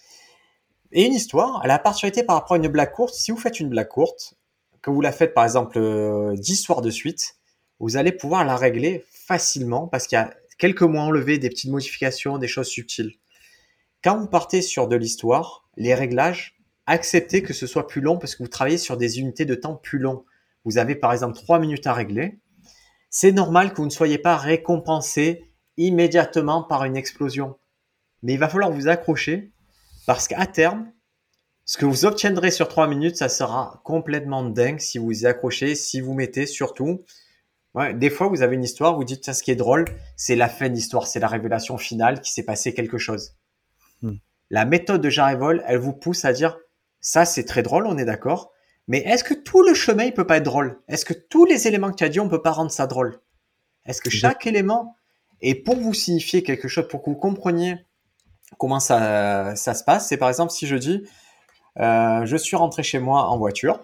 Et une histoire, elle a la particularité par rapport à une blague courte. Si vous faites une blague courte, que vous la faites par exemple euh, dix soirs de suite, vous allez pouvoir la régler facilement parce qu'il y a quelques mots enlevés, des petites modifications, des choses subtiles. Quand vous partez sur de l'histoire, les réglages, acceptez que ce soit plus long parce que vous travaillez sur des unités de temps plus longs. Vous avez par exemple trois minutes à régler. C'est normal que vous ne soyez pas récompensé immédiatement par une explosion. Mais il va falloir vous accrocher parce qu'à terme, ce que vous obtiendrez sur trois minutes, ça sera complètement dingue si vous y accrochez, si vous mettez surtout... Ouais, des fois, vous avez une histoire, vous dites, ça, ce qui est drôle, c'est la fin de l'histoire, c'est la révélation finale, qu'il s'est passé quelque chose. Hmm. La méthode de Jared Vol, elle vous pousse à dire, ça, c'est très drôle, on est d'accord, mais est-ce que tout le chemin, il peut pas être drôle? Est-ce que tous les éléments que tu as dit, on peut pas rendre ça drôle? Est-ce que chaque élément est pour vous signifier quelque chose, pour que vous compreniez comment ça, ça se passe? C'est par exemple, si je dis, euh, je suis rentré chez moi en voiture,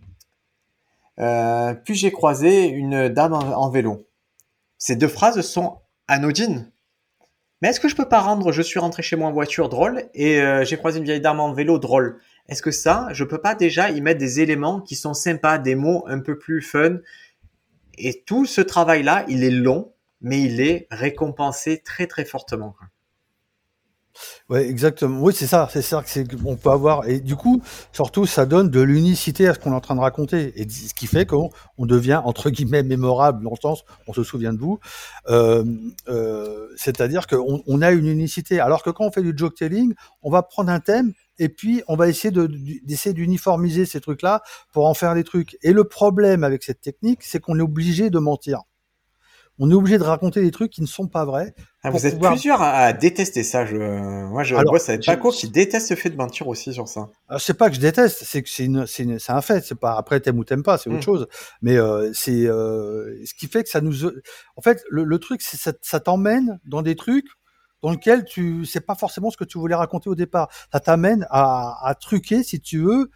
Euh, puis j'ai croisé une dame en, en vélo. Ces deux phrases sont anodines. Mais est-ce que je peux pas rendre je suis rentré chez moi en voiture drôle et euh, j'ai croisé une vieille dame en vélo drôle? Est-ce que ça, je peux pas déjà y mettre des éléments qui sont sympas, des mots un peu plus fun? Et tout ce travail-là, il est long, mais il est récompensé très très fortement. Ouais, exactement. Oui, c'est ça, c'est ça que c'est qu'on peut avoir. Et du coup, surtout, ça donne de l'unicité à ce qu'on est en train de raconter. Et ce qui fait qu'on on devient, entre guillemets, mémorable, dans le sens, on se souvient de vous. Euh, euh, c'est-à-dire qu'on on a une unicité. Alors que quand on fait du joke telling, on va prendre un thème et puis on va essayer de, d'essayer d'uniformiser ces trucs-là pour en faire des trucs. Et le problème avec cette technique, c'est qu'on est obligé de mentir. on est obligé de raconter des trucs qui ne sont pas vrais Ah, pour vous êtes pouvoir. plusieurs à, à détester ça. Je, moi, je Alors, bosse avec j'ai- Paco qui déteste le fait de mentir aussi sur ça. alors, c'est pas que je déteste, c'est que c'est une, c'est une- c'est un fait. C'est pas après t'aimes ou t'aimes pas, c'est autre Hmm. chose. Mais euh, c'est euh, ce qui fait que ça nous. En fait, le, le truc, c'est ça, ça t'emmène dans des trucs dans lesquels tu, c'est pas forcément ce que tu voulais raconter au départ. Ça t'amène à, à truquer, si tu veux,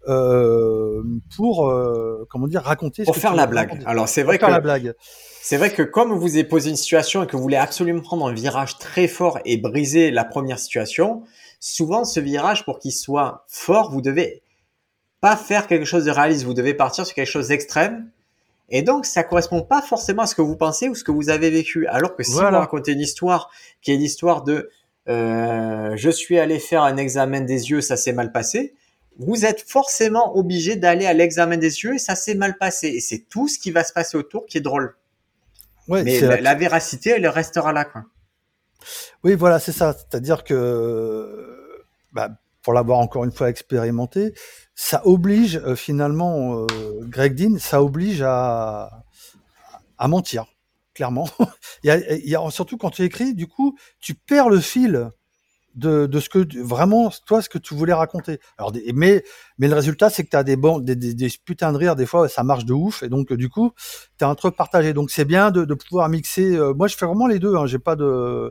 euh, pour euh, comment dire, raconter ce Pour que tu faire la voulais blague. raconter. Alors, c'est Pour vrai faire la que blague. c'est vrai que comme vous avez posé une situation et que vous voulez absolument prendre un virage très fort et briser la première situation, souvent ce virage, pour qu'il soit fort, vous devez pas faire quelque chose de réaliste, vous devez partir sur quelque chose d'extrême. Et donc, ça correspond pas forcément à ce que vous pensez ou ce que vous avez vécu. Alors que si vous Voilà. racontez une histoire qui est l'histoire de euh, je suis allé faire un examen des yeux, ça s'est mal passé, vous êtes forcément obligé d'aller à l'examen des yeux et ça s'est mal passé. Et c'est tout ce qui va se passer autour qui est drôle. Ouais, Mais c'est la, la, la véracité, elle restera là, quoi. oui, voilà, c'est ça. C'est-à-dire que, bah, pour l'avoir encore une fois expérimenté, ça oblige euh, finalement, euh, Greg Dean, ça oblige à, à mentir, clairement. il y a, il y a, surtout quand tu écris, du coup, tu perds le fil de, de ce que vraiment toi ce que tu voulais raconter. Alors des, mais mais le résultat c'est que tu as des bons des, des, des putains de rires des fois ça marche de ouf et donc du coup tu as un truc partagé. Donc c'est bien de, de pouvoir mixer euh, moi je fais vraiment les deux hein, j'ai pas de euh,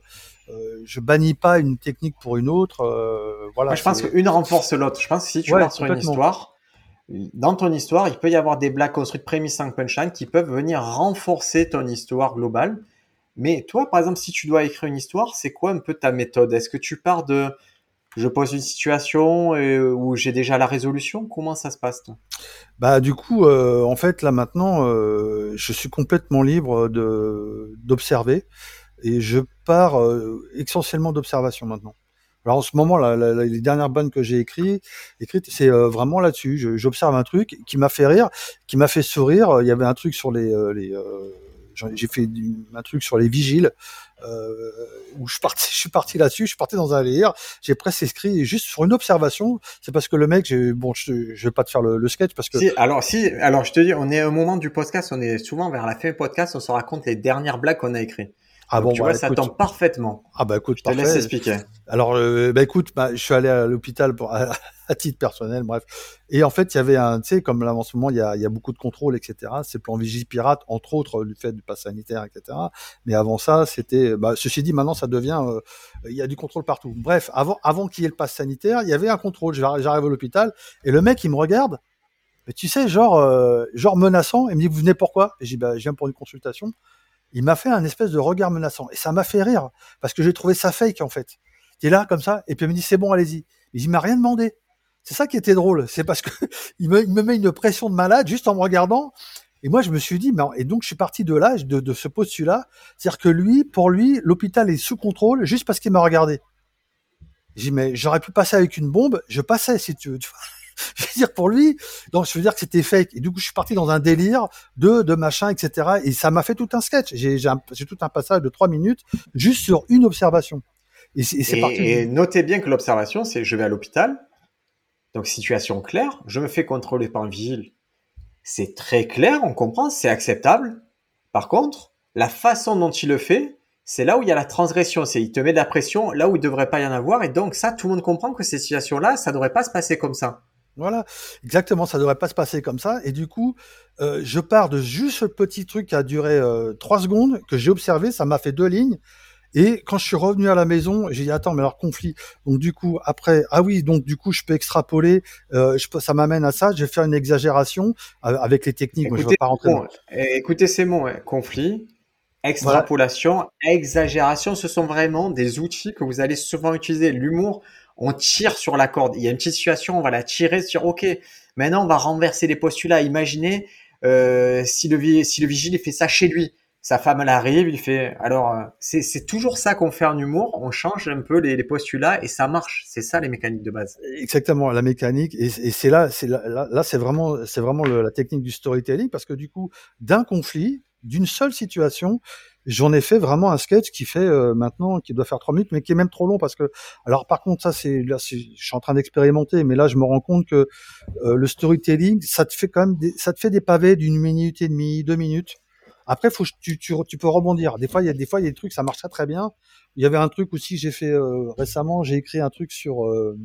je bannis pas une technique pour une autre euh, Moi, voilà, je pense c'est qu'une renforce l'autre. Je pense que si tu ouais, pars sur une complètement. histoire, dans ton histoire, il peut y avoir des blagues construites prémices cinq punchline qui peuvent venir renforcer ton histoire globale. Mais toi, par exemple, si tu dois écrire une histoire, c'est quoi un peu ta méthode? Est-ce que tu pars de je pose une situation et, euh, où j'ai déjà la résolution? Comment ça se passe, toi? Bah du coup euh, en fait là maintenant euh, je suis complètement libre de d'observer et je pars euh, essentiellement d'observation maintenant. Alors en ce moment, là, la- la- les dernières bandes que j'ai écrites, écrites, c'est euh, vraiment là-dessus. Je- J'observe un truc qui m'a fait rire, qui m'a fait sourire. Il y avait un truc sur les, euh, les euh, j'en- j'ai fait du- un truc sur les vigiles euh, où je, parti, je suis parti là-dessus. Je suis parti dans un délire. J'ai presque écrit juste sur une observation. C'est parce que le mec, j'ai, bon, je, je vais pas te faire le, le sketch parce que Si, alors, si, alors je te dis, on est au moment du podcast, on est souvent vers la fin du podcast, on se raconte les dernières blagues qu'on a écrites. ah Donc, bon tu vois, bah ça écoute, tombe parfaitement. ah bah écoute Je te laisse parfait. expliquer. Alors, euh, bah écoute, bah, je suis allé à l'hôpital pour, à, à titre personnel, bref. Et en fait, il y avait un, tu sais, comme là en ce moment, il y a, il y a beaucoup de contrôles, et cetera. C'est le plan Vigipirate, entre autres, du fait du pass sanitaire, et cetera. Mais avant ça, c'était, bah, ceci dit, maintenant, ça devient, euh, il y a du contrôle partout. Bref, avant, avant qu'il y ait le pass sanitaire, il y avait un contrôle. J'arrive j'arrive à l'hôpital et le mec, il me regarde. Mais tu sais, genre, euh, genre menaçant. Il me dit, vous venez pourquoi? Et j'ai dit, bah, je viens pour une consultation. Il m'a fait un espèce de regard menaçant. Et ça m'a fait rire. Parce que j'ai trouvé ça fake, en fait. Il est là, comme ça. Et puis il me dit, c'est bon, allez-y. Mais il m'a rien demandé. C'est ça qui était drôle. C'est parce que il me, il me met une pression de malade juste en me regardant. Et moi, je me suis dit, mais, et donc je suis parti de là, de, de ce postulat. C'est-à-dire que lui, pour lui, l'hôpital est sous contrôle juste parce qu'il m'a regardé. J'ai dit, mais j'aurais pu passer avec une bombe. Je passais, si tu veux. Tu vois. Je veux dire, pour lui, donc je veux dire que c'était fake. Et du coup, je suis parti dans un délire de, de machin, et cetera. Et ça m'a fait tout un sketch. J'ai, j'ai, un, j'ai tout un passage de trois minutes juste sur une observation. Et c'est, et c'est parti Et, et du. notez bien que l'observation, c'est je vais à l'hôpital, donc situation claire, je me fais contrôler par un vigile. C'est très clair, on comprend, c'est acceptable. Par contre, la façon dont il le fait, c'est là où il y a la transgression. C'est il te met de la pression là où il devrait pas y en avoir. Et donc ça, tout le monde comprend que ces situations-là, ça devrait pas se passer comme ça. Voilà, exactement. Ça devrait pas se passer comme ça. Et du coup, euh, je pars de juste ce petit truc qui a duré euh, trois secondes que j'ai observé. Ça m'a fait deux lignes. Et quand je suis revenu à la maison, j'ai dit attends, mais alors conflit. Donc du coup après, ah oui, donc du coup je peux extrapoler. Euh, je peux, ça m'amène à ça. Je vais faire une exagération euh, avec les techniques. Moi je ne veux Écoutez, pas rentrer dans. bon, écoutez ces mots, hein. Conflit, Voilà, extrapolation, exagération, ce sont vraiment des outils que vous allez souvent utiliser. L'humour, on tire sur la corde. Il y a une petite situation, on va la tirer sur, ok, maintenant on va renverser les postulats. Imaginez euh, si, le, si le vigile il fait ça chez lui. Sa femme, elle arrive, il fait... Alors, euh, c'est c'est toujours ça qu'on fait en humour. On change un peu les, les postulats et ça marche. C'est ça les mécaniques de base. exactement la mécanique. Et, et c'est là, c'est là, là, là, c'est vraiment, c'est vraiment le, la technique du storytelling parce que du coup, d'un conflit, d'une seule situation, j'en ai fait vraiment un sketch qui fait euh, maintenant, qui doit faire trois minutes, mais qui est même trop long parce que, alors par contre, ça c'est, là, c'est, je suis en train d'expérimenter, mais là je me rends compte que euh, le storytelling, ça te fait quand même, des, ça te fait des pavés d'une minute et demie, deux minutes. Après, faut que tu, tu, tu peux rebondir. Des fois, il y a des fois, il y a des trucs, ça marche très très bien. Il y avait un truc aussi, j'ai fait euh, récemment, j'ai écrit un truc sur euh,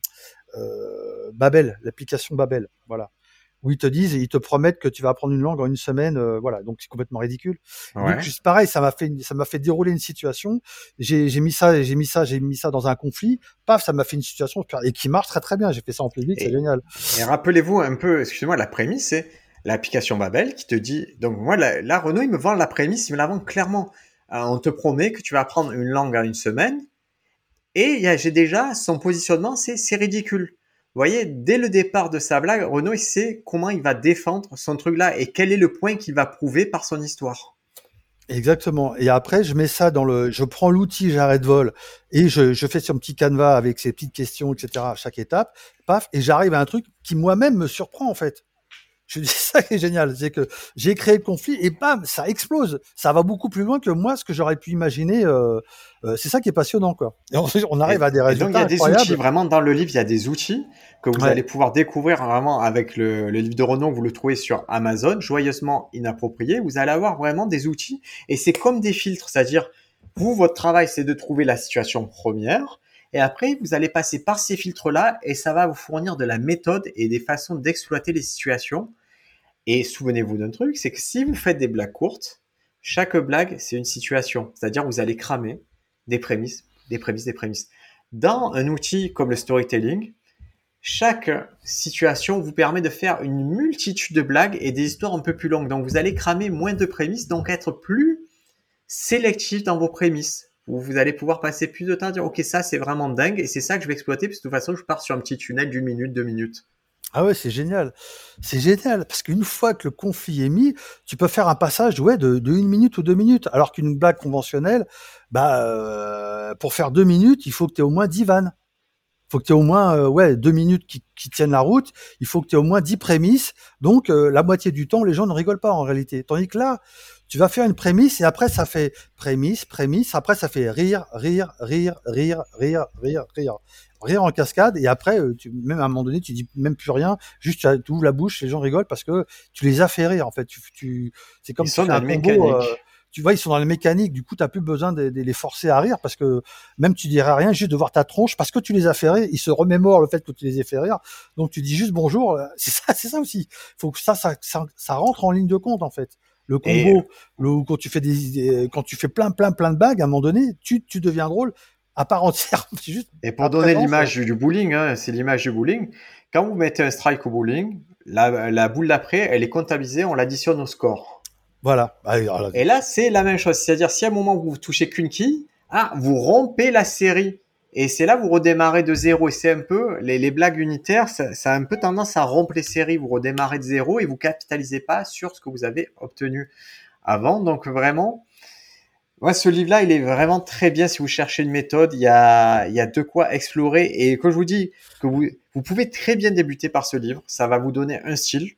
euh, Babel, l'application Babel, voilà, où ils te disent et ils te promettent que tu vas apprendre une langue en une semaine, euh, voilà, donc c'est complètement ridicule. Et donc Ouais. juste pareil, ça m'a fait, ça m'a fait dérouler une situation. J'ai, j'ai mis ça, j'ai mis ça, j'ai mis ça dans un conflit. Paf, ça m'a fait une situation et qui marche très très bien. J'ai fait ça en public, c'est Et, génial. et rappelez-vous un peu, excusez-moi, la prémisse, c'est l'application Babel qui te dit. Donc, moi, là, là, Renaud, il me vend la prémisse, il me la vend clairement. Euh, on te promet que tu vas apprendre une langue en une semaine. Et il y a- j'ai déjà son positionnement, c'est c'est ridicule. Vous voyez, dès le départ de sa blague, Renaud, il sait comment il va défendre son truc-là et quel est le point qu'il va prouver par son histoire. Exactement. Et après, je mets ça dans le, je prends l'outil j'arrête vol et je, je fais sur un petit canevas avec ces petites questions, et cetera à chaque étape. Paf, et j'arrive à un truc qui moi-même me surprend en fait. Je dis ça qui est génial, c'est que j'ai créé le conflit et bam, ça explose. Ça va beaucoup plus loin que moi ce que j'aurais pu imaginer. Euh, euh, c'est ça qui est passionnant, quoi. Et on, on arrive Et, à des et donc, il y résultats a des outils, incroyables. vraiment dans le livre, il y a des outils que vous Ouais, allez pouvoir découvrir vraiment avec le, le livre de Renaud, vous le trouvez sur Amazon, joyeusement inapproprié. Vous allez avoir vraiment des outils et c'est comme des filtres, c'est-à-dire, vous, votre travail, c'est de trouver la situation première et après, vous allez passer par ces filtres-là et ça va vous fournir de la méthode et des façons d'exploiter les situations. Et souvenez-vous d'un truc, c'est que si vous faites des blagues courtes, chaque blague, c'est une situation. C'est-à-dire, vous allez cramer des prémices, des prémices, des prémices. Dans un outil comme le storytelling, chaque situation vous permet de faire une multitude de blagues et des histoires un peu plus longues. Donc, vous allez cramer moins de prémices, donc être plus sélectif dans vos prémices. Où vous allez pouvoir passer plus de temps à dire, OK, ça, c'est vraiment dingue et c'est ça que je vais exploiter, parce que de toute façon, je pars sur un petit tunnel d'une minute, deux minutes. ah ouais, c'est génial. C'est génial parce qu'une fois que le conflit est mis, tu peux faire un passage, ouais, de, de une minute ou deux minutes, alors qu'une blague conventionnelle, bah, euh, pour faire deux minutes, il faut que tu aies au moins dix vannes. Faut que tu aies au moins euh, ouais deux minutes qui, qui tiennent la route. Il faut que tu aies au moins dix prémices. Donc euh, la moitié du temps, les gens ne rigolent pas en réalité. Tandis que là, tu vas faire une prémisse et après ça fait prémisse, prémisse. Après ça fait rire, rire, rire, rire, rire, rire, rire, rire en cascade. Et après, euh, tu, même à un moment donné, tu dis même plus rien. Juste tu ouvres la bouche, les gens rigolent parce que tu les as fait rire. En fait, tu, tu c'est Ils comme tu sont fais dans un une combo. Euh, mécanique. tu vois, ils sont dans la mécanique. Du coup, tu n'as plus besoin de, de les forcer à rire parce que même tu dirais rien, juste de voir ta tronche, parce que tu les as fait rire, ils se remémorent le fait que tu les aies fait rire. Donc tu dis juste bonjour. C'est ça, c'est ça aussi. Faut que ça, ça, ça, ça rentre en ligne de compte en fait. Le Et combo, le, quand tu fais des, des, quand tu fais plein, plein, plein de bagues, à un moment donné, tu, tu deviens drôle à part entière. C'est juste Et ta pour donner présence. l'image du, du bowling, hein, c'est l'image du bowling. Quand vous mettez un strike au bowling, la, la boule d'après, elle est comptabilisée, on l'additionne au score. Voilà. Ah, voilà. Et là, c'est la même chose. C'est-à-dire, si à un moment où vous touchez qu'une quille, ah, vous rompez la série. Et c'est là vous redémarrez de zéro. Et c'est un peu, les, les blagues unitaires, ça, ça a un peu tendance à rompre les séries. Vous redémarrez de zéro et vous capitalisez pas sur ce que vous avez obtenu avant. Donc vraiment, ouais, ce livre-là, il est vraiment très bien si vous cherchez une méthode. Il y a, il y a de quoi explorer. Et quand je vous dis que vous, vous pouvez très bien débuter par ce livre, ça va vous donner un style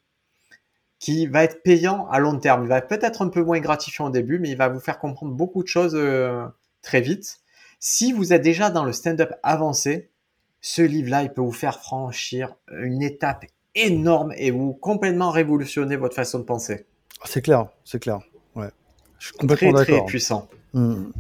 qui va être payant à long terme. Il va peut-être un peu moins gratifiant au début, mais il va vous faire comprendre beaucoup de choses euh, très vite. Si vous êtes déjà dans le stand-up avancé, ce livre-là, il peut vous faire franchir une étape énorme et vous complètement révolutionner votre façon de penser. C'est clair, c'est clair. Ouais. Je suis complètement Très, très d'accord. puissant. Mmh.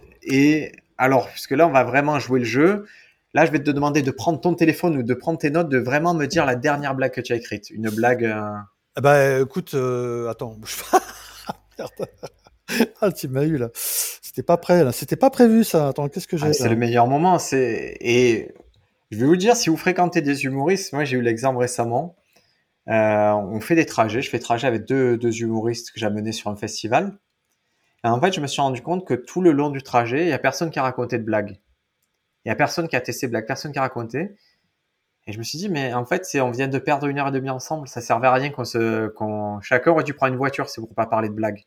Et alors, puisque là, on va vraiment jouer le jeu, là, je vais te demander de prendre ton téléphone ou de prendre tes notes, de vraiment me dire la dernière blague que tu as écrite. Une blague... euh, Eh ben, écoute, euh, attends, bouge pas. Merde. Ah, tu m'as eu là. C'était pas prêt là. C'était pas prévu ça. Attends, qu'est-ce que Ah, j'ai c'est là? le meilleur moment. C'est et je vais vous dire, si vous fréquentez des humoristes, moi j'ai eu l'exemple récemment. Euh, on fait des trajets. Je fais des trajets avec deux, deux humoristes que j'ai amenés sur un festival. Et en fait, je me suis rendu compte que tout le long du trajet, il y a personne qui a raconté de blague. Il y a personne qui a testé de blague, personne qui a raconté. Et je me suis dit, mais en fait, c'est on vient de perdre une heure et demie ensemble. Ça servait à rien qu'on se, qu'on chacun aurait dû prendre une voiture, c'est pour pas parler de blague.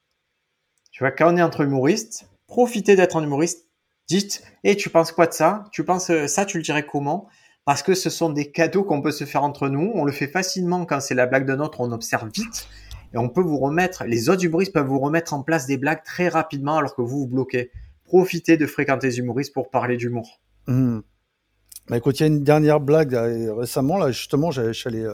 Tu vois, quand on est entre humoristes, profitez d'être un humoriste. Dites, et hey, tu penses quoi de ça? Tu penses euh, ça, tu le dirais comment? Parce que ce sont des cadeaux qu'on peut se faire entre nous. On le fait facilement quand c'est la blague d'un autre, on observe vite. Et on peut vous remettre, les autres humoristes peuvent vous remettre en place des blagues très rapidement alors que vous vous bloquez. Profitez de fréquenter les humoristes pour parler d'humour. Mmh. Bah, écoute, il y a une dernière blague là, récemment, là, justement, j'allais, je suis allé, euh,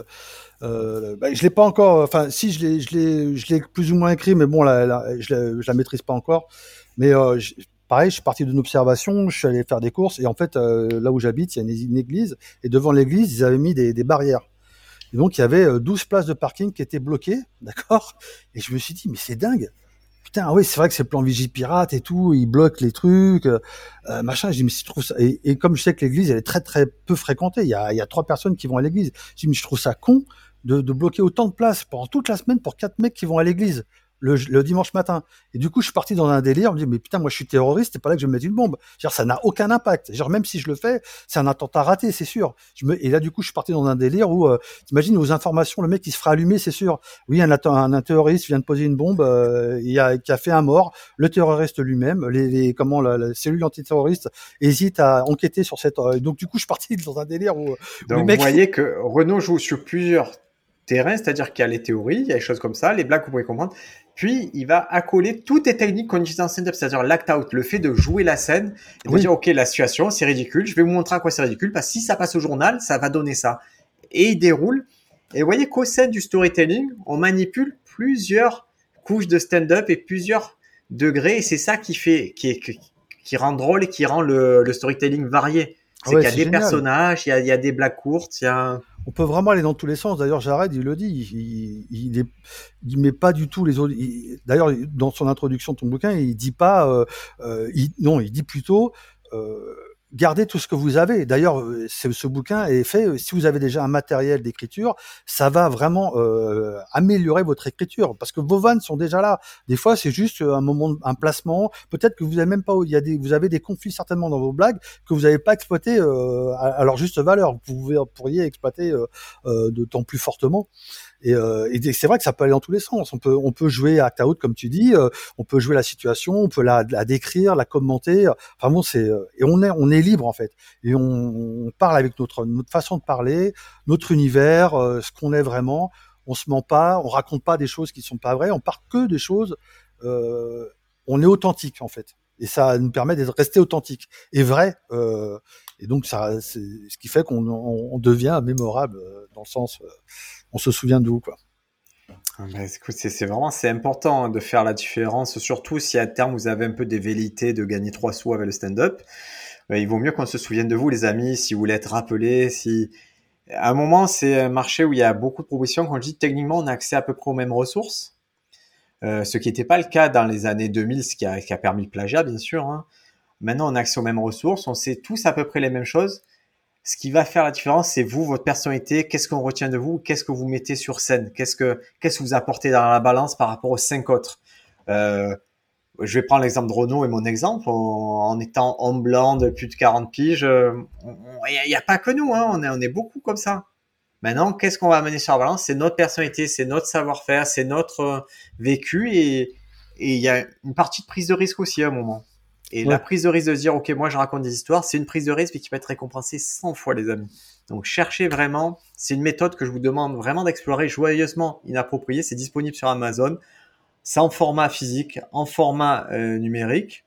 euh, bah, je l'ai pas encore, enfin, si, je l'ai, je l'ai, je l'ai plus ou moins écrit, mais bon, là, là, je la, je la maîtrise pas encore. Mais euh, je- pareil, je suis parti d'une observation, je suis allé faire des courses, et en fait, euh, là où j'habite, il y a une, une église, et devant l'église, ils avaient mis des, des barrières. Et donc, il y avait euh, douze places de parking qui étaient bloquées, d'accord? Et je me suis dit, mais c'est dingue. Putain, oui, c'est vrai que c'est le plan Vigipirate et tout, ils bloquent les trucs, euh, euh, machin. Je dis, mais si je trouve ça, et, et comme je sais que l'église, elle est très, très peu fréquentée, il y a, il y a trois personnes qui vont à l'église. Je dis, mais je trouve ça con de, de bloquer autant de places pendant toute la semaine pour quatre mecs qui vont à l'église le, le dimanche matin. Et du coup, je suis parti dans un délire, je me dis, mais putain, moi, je suis terroriste, c'est pas là que je vais me mettre une bombe. Genre, ça n'a aucun impact. Genre, même si je le fais, c'est un attentat raté, c'est sûr. Je me, et là, du coup, je suis parti dans un délire où, euh, t'imagines, aux informations, le mec, il se fera allumer, c'est sûr. Oui, un, un, un terroriste vient de poser une bombe, euh, il a, qui a fait un mort. Le terroriste lui-même, les, les comment la, la cellule antiterroriste hésite à enquêter sur cette. Euh, donc du coup, je suis parti dans un délire où, où les Donc, vous mecs. voyez que Renault joue sur plusieurs terrains, c'est-à-dire qu'il y a les théories, il y a des choses comme ça, les blagues, vous pouvez comprendre. Puis, il va accoler toutes les techniques qu'on utilise en stand-up, c'est-à-dire l'act-out, le fait de jouer la scène et de Oui, dire, OK, la situation, c'est ridicule, je vais vous montrer à quoi c'est ridicule, parce que si ça passe au journal, ça va donner ça. Et il déroule. Et vous voyez qu'au sein du storytelling, on manipule plusieurs couches de stand-up et plusieurs degrés, et c'est ça qui fait, qui, est, qui, qui rend drôle et qui rend le, le storytelling varié. ah C'est ouais, qu'il y a c'est des génial. personnages, il y a, il y a des blagues courtes, il y a... On peut vraiment aller dans tous les sens. D'ailleurs, Jared, il le dit. Il, il, il, est, il met pas du tout les autres. il- D'ailleurs, dans son introduction de ton bouquin, il dit pas. Euh, euh, il- non, il dit plutôt. Euh, Gardez tout ce que vous avez. D'ailleurs, euh, c'est- ce bouquin est fait. euh, Si vous avez déjà un matériel d'écriture, ça va vraiment euh, améliorer votre écriture parce que vos vannes sont déjà là. Des fois, c'est juste un moment, un placement. Peut-être que vous avez même pas. Il y a des, vous avez des conflits certainement dans vos blagues que vous n'avez pas exploité euh, à, à leur juste valeur. Vous pouvez, pourriez exploiter euh, euh, d'autant plus fortement. Et, euh, et c'est vrai que ça peut aller dans tous les sens. On peut, on peut jouer act out comme tu dis. Euh, on peut jouer la situation, on peut la, la décrire, la commenter. Enfin bon, c'est euh, et on est, on est libre en fait. Et on, on parle avec notre, notre façon de parler, notre univers, euh, ce qu'on est vraiment. On se ment pas, on raconte pas des choses qui sont pas vraies. On parle que des choses. Euh, on est authentique en fait. Et ça nous permet de rester authentique et vrai. Euh, et donc, ça, c'est ce qui fait qu'on on, on devient mémorable euh, dans le sens, euh, on se souvient de vous, quoi. Ah ben, écoute, c'est c'est vraiment c'est important hein, de faire la différence, surtout si à terme vous avez un peu des velléités de gagner trois sous avec le stand-up. Euh, il vaut mieux qu'on se souvienne de vous, les amis, si vous voulez être rappelé. Si à un moment c'est un marché où il y a beaucoup de propositions. Quand je dis techniquement, on a accès à peu près aux mêmes ressources, euh, ce qui n'était pas le cas dans les années deux mille, ce qui a, qui a permis le plagiat, bien sûr. Hein. Maintenant, on a accès aux mêmes ressources, on sait tous à peu près les mêmes choses. Ce qui va faire la différence, c'est vous, votre personnalité, qu'est-ce qu'on retient de vous, qu'est-ce que vous mettez sur scène, qu'est-ce que, qu'est-ce que vous apportez dans la balance par rapport aux cinq autres. Euh, je vais prendre l'exemple de Renaud et mon exemple. En, en étant homme blanc de plus de quarante piges, il n'y a, a pas que nous, hein, on, est, on est beaucoup comme ça. Maintenant, qu'est-ce qu'on va amener sur la balance? C'est notre personnalité, c'est notre savoir-faire, c'est notre euh, vécu et il y a une partie de prise de risque aussi à un moment. Et la Ouais. prise de risque de se dire, OK, moi je raconte des histoires, c'est une prise de risque mais qui va être récompensée cent fois, les amis. Donc cherchez vraiment, c'est une méthode que je vous demande vraiment d'explorer joyeusement inappropriée. C'est disponible sur Amazon. C'est en format physique, en format euh, numérique.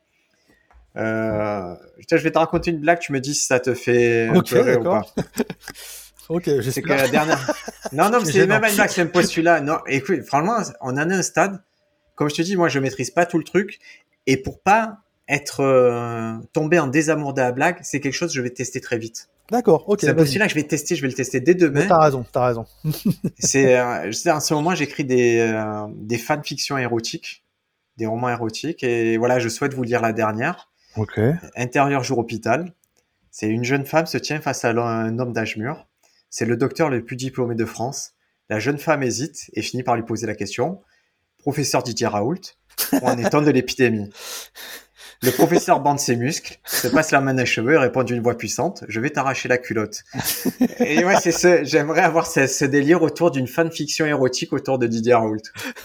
Euh, je vais te raconter une blague, tu me dis si ça te fait un Ok, peu rire ou d'accord. pas. Ok, C'est que j'espère. la dernière. Non, non, mais C'est c'est gênant. même pas une blague, c'est même pas celui-là. Non, écoute, franchement, on en est à un stade. Comme je te dis, moi, je maîtrise pas tout le truc. Et pour pas être euh, tombé en désamour de la blague, c'est quelque chose que je vais tester très vite. D'accord, ok, C'est un peu vas-y. celui-là que je vais tester. Je vais le tester dès Mais demain. t'as raison, t'as raison. C'est, euh, je sais, en ce moment, j'écris des euh, des fanfictions érotiques, des romans érotiques. Et voilà, je souhaite vous lire la dernière. Ok. Intérieur jour hôpital. C'est une jeune femme se tient face à un homme d'âge mûr. C'est le docteur le plus diplômé de France. La jeune femme hésite et finit par lui poser la question. Professeur Didier Raoult, où en est-on de l'épidémie? Le professeur bande ses muscles, se passe la main dans les cheveux et répond d'une voix puissante. Je vais t'arracher la culotte. Et ouais, c'est ce, j'aimerais avoir ce, ce délire autour d'une fanfiction érotique autour de Didier Raoult.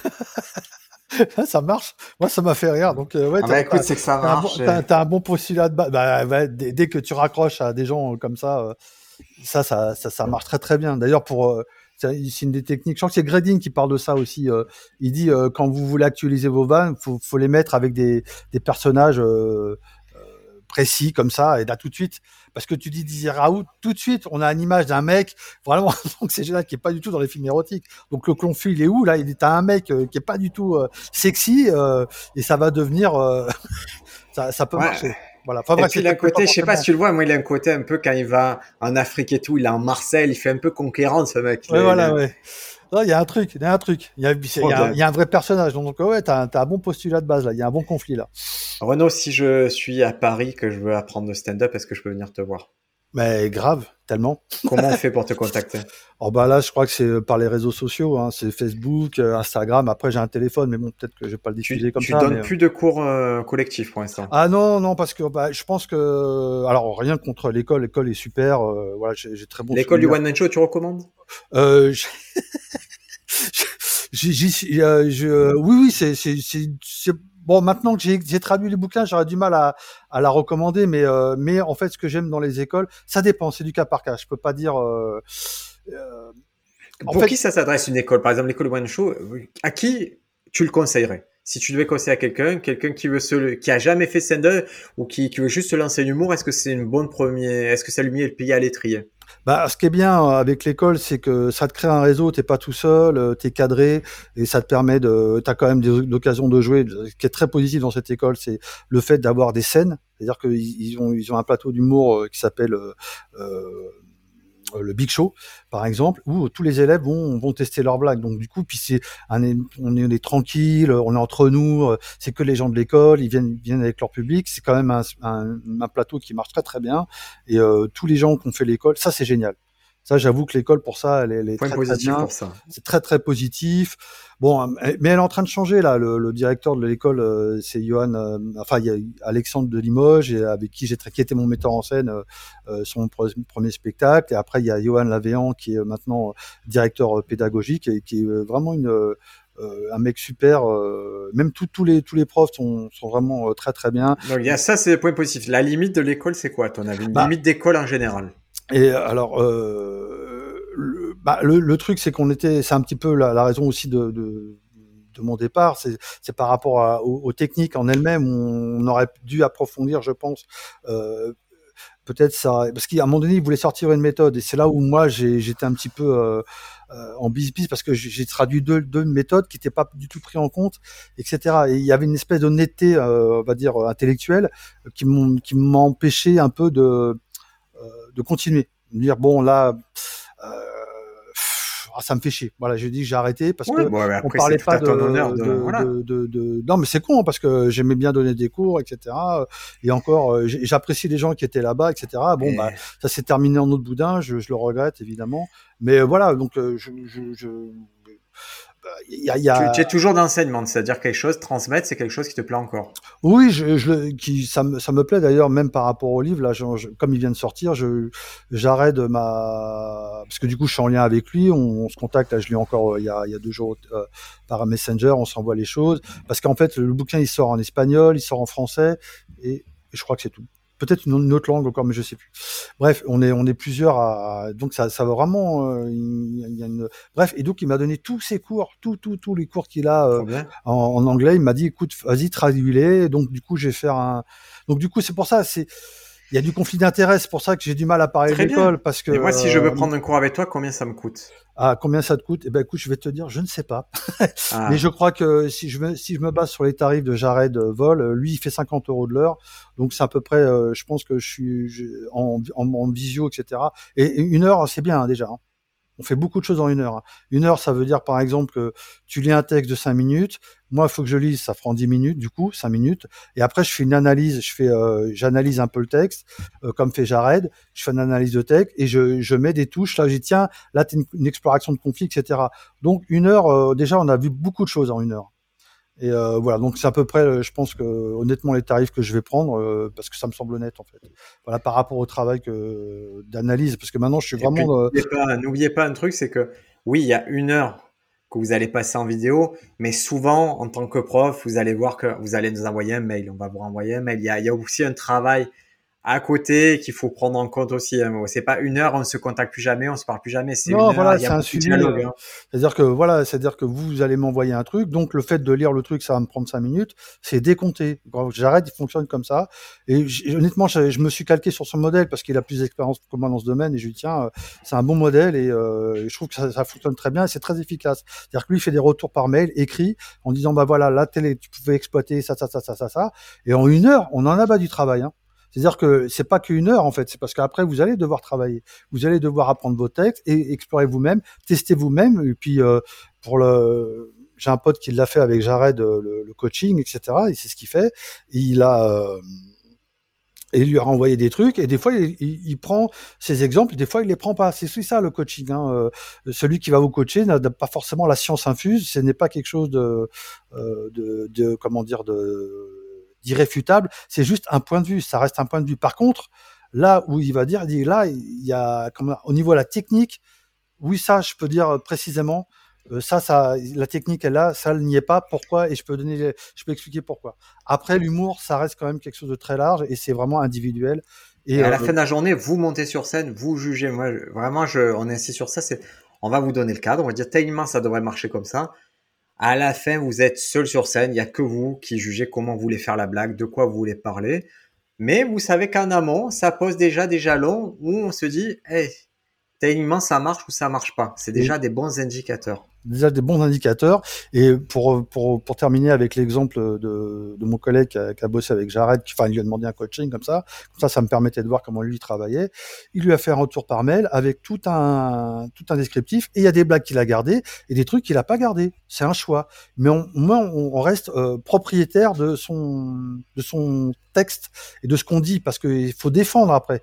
Ça marche. Moi, ça m'a fait rire. Donc, euh, ouais, Ah t'as, bah écoute, t'as, c'est que ça t'as un bon, marche. t'as, Et... t'as un bon postulat de base. Bah, ouais, dès, dès que tu raccroches à des gens comme ça, euh, ça, ça, ça, ça marche très très bien. D'ailleurs, pour euh, c'est c'est une des techniques. Je crois que c'est Grading qui parle de ça aussi. Euh, il dit euh, quand vous voulez actualiser vos vannes, faut, faut les mettre avec des, des personnages euh, précis comme ça, et là tout de suite, parce que tu dis Didier Raoult, tout de suite, on a une image d'un mec vraiment, donc c'est génial, qui est pas du tout dans les films érotiques. Donc le conflit, il est où là? Il est à un mec euh, qui est pas du tout euh, sexy, euh, et ça va devenir, euh, ça, ça peut Ouais. marcher. Voilà. Enfin Et bref, puis il a c'était un pas côté, je sais pas forcément. si tu le vois, moi il a un côté un peu quand il va en Afrique et tout, il est en Marseille, il fait un peu conquérant ce mec. Il Ouais, a, il voilà, a... ouais. Non, il y a un truc, il y a un truc. Il y a, il Trop y a, il bien. y a un vrai personnage. Donc ouais, t'as, t'as un bon postulat de base là. Il y a un bon conflit là. Renaud, si je suis à Paris, que je veux apprendre le stand-up, est-ce que je peux venir te voir? Mais grave, tellement. Comment on fait pour te contacter? Oh bah là, je crois que c'est euh, par les réseaux sociaux, hein. C'est Facebook, euh, Instagram. Après, j'ai un téléphone, mais bon, peut-être que je vais pas le diffuser Tu, comme tu ça. Mais donnes euh, plus de cours euh, collectifs pour l'instant. ah non, non, parce que bah, je pense que alors rien contre l'école, l'école est super. Euh, voilà, j'ai, j'ai très bons L'école du souvenirs. One Man Show, tu recommandes? Euh, j'- j'y, j'y suis- euh, je, oui, oui, c'est, c'est, c'est, c'est- bon. Maintenant que j'ai, j'ai traduit les bouquins, j'aurais du mal à, à la recommander, mais, euh, mais en fait, ce que j'aime dans les écoles, ça dépend. C'est du cas par cas. Je peux pas dire. Euh, euh, en Pour fait, qui ça s'adresse une école? Par exemple, l'école du One Man Show, euh, à qui tu le conseillerais? Si tu devais conseiller à quelqu'un, quelqu'un qui veut se, qui a jamais fait stand-up ou qui, qui veut juste se lancer en humour, est-ce que c'est une bonne première, est-ce que ça lui met le pied à l'étrier? bah, ce qui est bien euh, avec l'école, c'est que ça te crée un réseau. T'es pas tout seul, euh, t'es cadré, et ça te permet de. T'as quand même des occasions de jouer. Ce qui est très positif dans cette école, c'est le fait d'avoir des scènes. C'est-à-dire qu'ils ils ont ils ont un plateau d'humour euh, qui s'appelle euh, euh, le Big Show, par exemple, où tous les élèves vont, vont tester leurs blagues. Donc du coup, puis c'est un, on est, on est tranquille, on est entre nous, euh, c'est que les gens de l'école, ils viennent, ils viennent avec leur public. C'est quand même un, un, un plateau qui marche très très bien. Et euh, tous les gens qui ont fait l'école, ça c'est génial. Ça, j'avoue que l'école, pour ça, elle, est- elle est Point très très positif bien. pour ça. C'est très très positif. Bon, euh, mais elle est en train de changer là. Le, le directeur de l'école, euh, c'est Johan. euh, enfin, il y a Alexandre de Limoges, et avec qui j'ai tra- qui était mon metteur en scène euh, euh, sur mon pre- premier spectacle. Et après, il y a Johan Lavéant qui est euh, maintenant euh, directeur euh, pédagogique, et qui est euh, vraiment une euh, euh, un mec super. Euh, même tous tous les tous les profs sont sont vraiment euh, très très bien. Donc il y a ça, c'est le point positif. La limite de l'école, c'est quoi, à ton avis? Une Bah, limite d'école en général. Et alors, euh, le, bah, le, le truc, c'est qu'on était, c'est un petit peu la, la raison aussi de, de, de mon départ, c'est, c'est par rapport à, aux, aux techniques en elles-mêmes. On aurait dû approfondir, je pense, euh, peut-être ça, parce qu'à un moment donné, il voulait sortir une méthode, et c'est là où moi j'ai, j'étais un petit peu euh, euh, en bis-bis, parce que j'ai, j'ai traduit deux, deux méthodes qui n'étaient pas du tout pris en compte, et cetera. Et il y avait une espèce d'honnêteté, euh, on va dire intellectuelle, qui m'ont, qui m'empêchait un peu de de continuer, de dire bon là, euh, pff, ah, ça me fait chier. Voilà, j'ai dit j'ai arrêté parce Ouais, que bon, ouais, on après, c'est parlait tout pas à ton honneur de de, de voilà. de, de, de... non mais c'est con, hein, parce que j'aimais bien donner des cours, et cetera. Et encore, euh, j'ai- j'apprécie les gens qui étaient là-bas, et cetera. Bon bah Et ça s'est terminé en autre boudin, je, je le regrette évidemment, mais euh, voilà donc euh, je, je, je... il y a, il y tu, tu a es toujours d'enseignement, c'est-à-dire quelque chose, transmettre, c'est quelque chose qui te plaît encore. Oui, je, je, le- qui, ça, me, ça me plaît d'ailleurs, même par rapport au livre. Là, je, je- comme il vient de sortir, je, j'arrête ma. Parce que du coup, je suis en lien avec lui, on, on se contacte. Là, je l'ai encore euh, il, y a, il y a deux jours euh, par Messenger, on s'envoie les choses. Parce qu'en fait, le bouquin, il sort en espagnol, il sort en français, et, et je crois que c'est tout. Peut-être une, une autre langue encore, mais je sais plus. Bref, on est, on est plusieurs à. Donc, ça, ça va vraiment. euh, il y a- il y a une... Bref, et donc, il m'a donné tous ses cours, tous, tous, tous les cours qu'il a. euh, Trop bien. en, en anglais. Il m'a dit, écoute, vas-y, traduis-les. Donc, du coup, je vais faire un. Donc, du coup, c'est pour ça, c'est. Il y a du conflit d'intérêts. C'est pour ça que j'ai du mal à parler de Très bien. l'école, parce que Et moi, si je veux euh, prendre un cours avec toi, combien ça me coûte? ah, combien ça te coûte? Eh ben, écoute, je vais te dire, je ne sais pas. Mais je Ah, crois que si je me, si je me base sur les tarifs de Jared Vol, euh, lui, il fait cinquante euros de l'heure. Donc, c'est à peu près, euh, je pense que je suis je- en, en, en visio, et cetera. Et une heure, c'est bien, hein, déjà, hein. On fait beaucoup de choses en une heure, hein. Une heure, ça veut dire, par exemple, que tu lis un texte de cinq minutes. Moi, il faut que je lise, ça prend dix minutes, du coup, cinq minutes. Et après, je fais une analyse, je fais, euh, j'analyse un peu le texte, euh, comme fait Jared. Je fais une analyse de texte et je, je mets des touches. Là, j'ai tiens, là, t'as une, une exploration de conflit, et cetera. Donc, une heure, euh, déjà, on a vu beaucoup de choses en une heure. Et euh, voilà, donc c'est à peu près, euh, je pense que honnêtement les tarifs que je vais prendre, euh, parce que ça me semble honnête en fait. Voilà, par rapport au travail que d'analyse, parce que maintenant je suis et puis, vraiment, euh, n'oubliez pas, n'oubliez pas un truc, c'est que oui, il y a une heure que vous allez passer en vidéo, mais souvent, en tant que prof, vous allez voir que vous allez nous envoyer un mail. On va vous renvoyer un mail. Il y a, il y a aussi un travail à côté qu'il faut prendre en compte aussi. Hein. C'est pas une heure, on ne se contacte plus jamais, on se parle plus jamais. C'est une Non, heure, voilà, il y a c'est un beaucoup de suivi. dialogue. euh, Hein. C'est-à-dire que voilà, c'est-à-dire que vous allez m'envoyer un truc, donc le fait de lire le truc, ça va me prendre cinq minutes, c'est décompté. Quand j'arrête, il fonctionne comme ça. Et j- honnêtement, je, je me suis calqué sur son modèle parce qu'il a plus d'expérience que moi dans ce domaine, et je lui dis tiens, euh, c'est un bon modèle et, euh, et je trouve que ça, ça fonctionne très bien et c'est très efficace. C'est-à-dire que lui il fait des retours par mail écrits en disant bah voilà, la télé, tu pouvais exploiter ça, ça, ça, ça, ça, ça, et en une heure, on en a bas du travail. Hein. C'est-à-dire que c'est pas qu'une heure en fait, c'est parce qu'après vous allez devoir travailler, vous allez devoir apprendre vos textes et explorer vous-même, tester vous-même. Et puis euh, pour le, j'ai un pote qui l'a fait avec Jared, euh, le, le coaching, et cetera. Et c'est ce qu'il fait. Il a euh, et il lui a renvoyé des trucs et des fois il, il, il prend ses exemples, et des fois il les prend pas. C'est ça le coaching. Hein. Euh, celui qui va vous coacher n'a pas forcément la science infuse. Ce n'est pas quelque chose de, euh, de, de comment dire de d'irréfutable, c'est juste un point de vue, ça reste un point de vue. Par contre, là où il va dire, il dit là, il y a, comme, au niveau de la technique, oui, ça, je peux dire précisément, euh, ça, ça, la technique est là, ça, elle n'y est pas, pourquoi, et je peux donner, je peux expliquer pourquoi. Après, l'humour, ça reste quand même quelque chose de très large, et c'est vraiment individuel. Et Et à euh, la fin de la journée, vous montez sur scène, vous jugez. Moi, je- vraiment, je, on insiste sur ça. C'est, on va vous donner le cadre. On va dire tellement ça devrait marcher comme ça. À la fin, vous êtes seul sur scène. Il y a que vous qui jugez comment vous voulez faire la blague, de quoi vous voulez parler. Mais vous savez qu'en amont, ça pose déjà des jalons où on se dit, hey, tellement ça marche ou ça marche pas. C'est et déjà des bons indicateurs. déjà des bons indicateurs. Et pour, pour, pour terminer avec l'exemple de, de mon collègue qui a, qui a bossé avec Jared, qui, enfin, il lui a demandé un coaching comme ça. Comme ça, ça me permettait de voir comment lui travaillait. Il lui a fait un retour par mail avec tout un, tout un descriptif. Et il y a des blagues qu'il a gardées et des trucs qu'il a pas gardés. C'est un choix. Mais au moins, on, on reste euh, propriétaire de son, de son texte et de ce qu'on dit parce qu'il faut défendre après.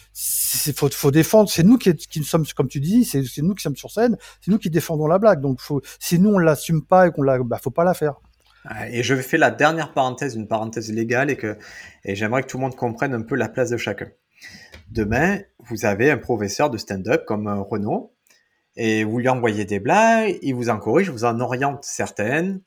Il faut, faut défendre. C'est nous qui, qui sommes, comme tu dis, c'est nous qui sommes sur scène, c'est nous qui défendons la blague. Donc, faut, si nous on l'assume pas et qu'on la, bah, faut pas la faire. Et je fais la dernière parenthèse, une parenthèse légale, et que, et j'aimerais que tout le monde comprenne un peu la place de chacun. Demain, vous avez un professeur de stand-up comme euh, Renaud, et vous lui envoyez des blagues, il vous en corrige, vous en oriente certaines.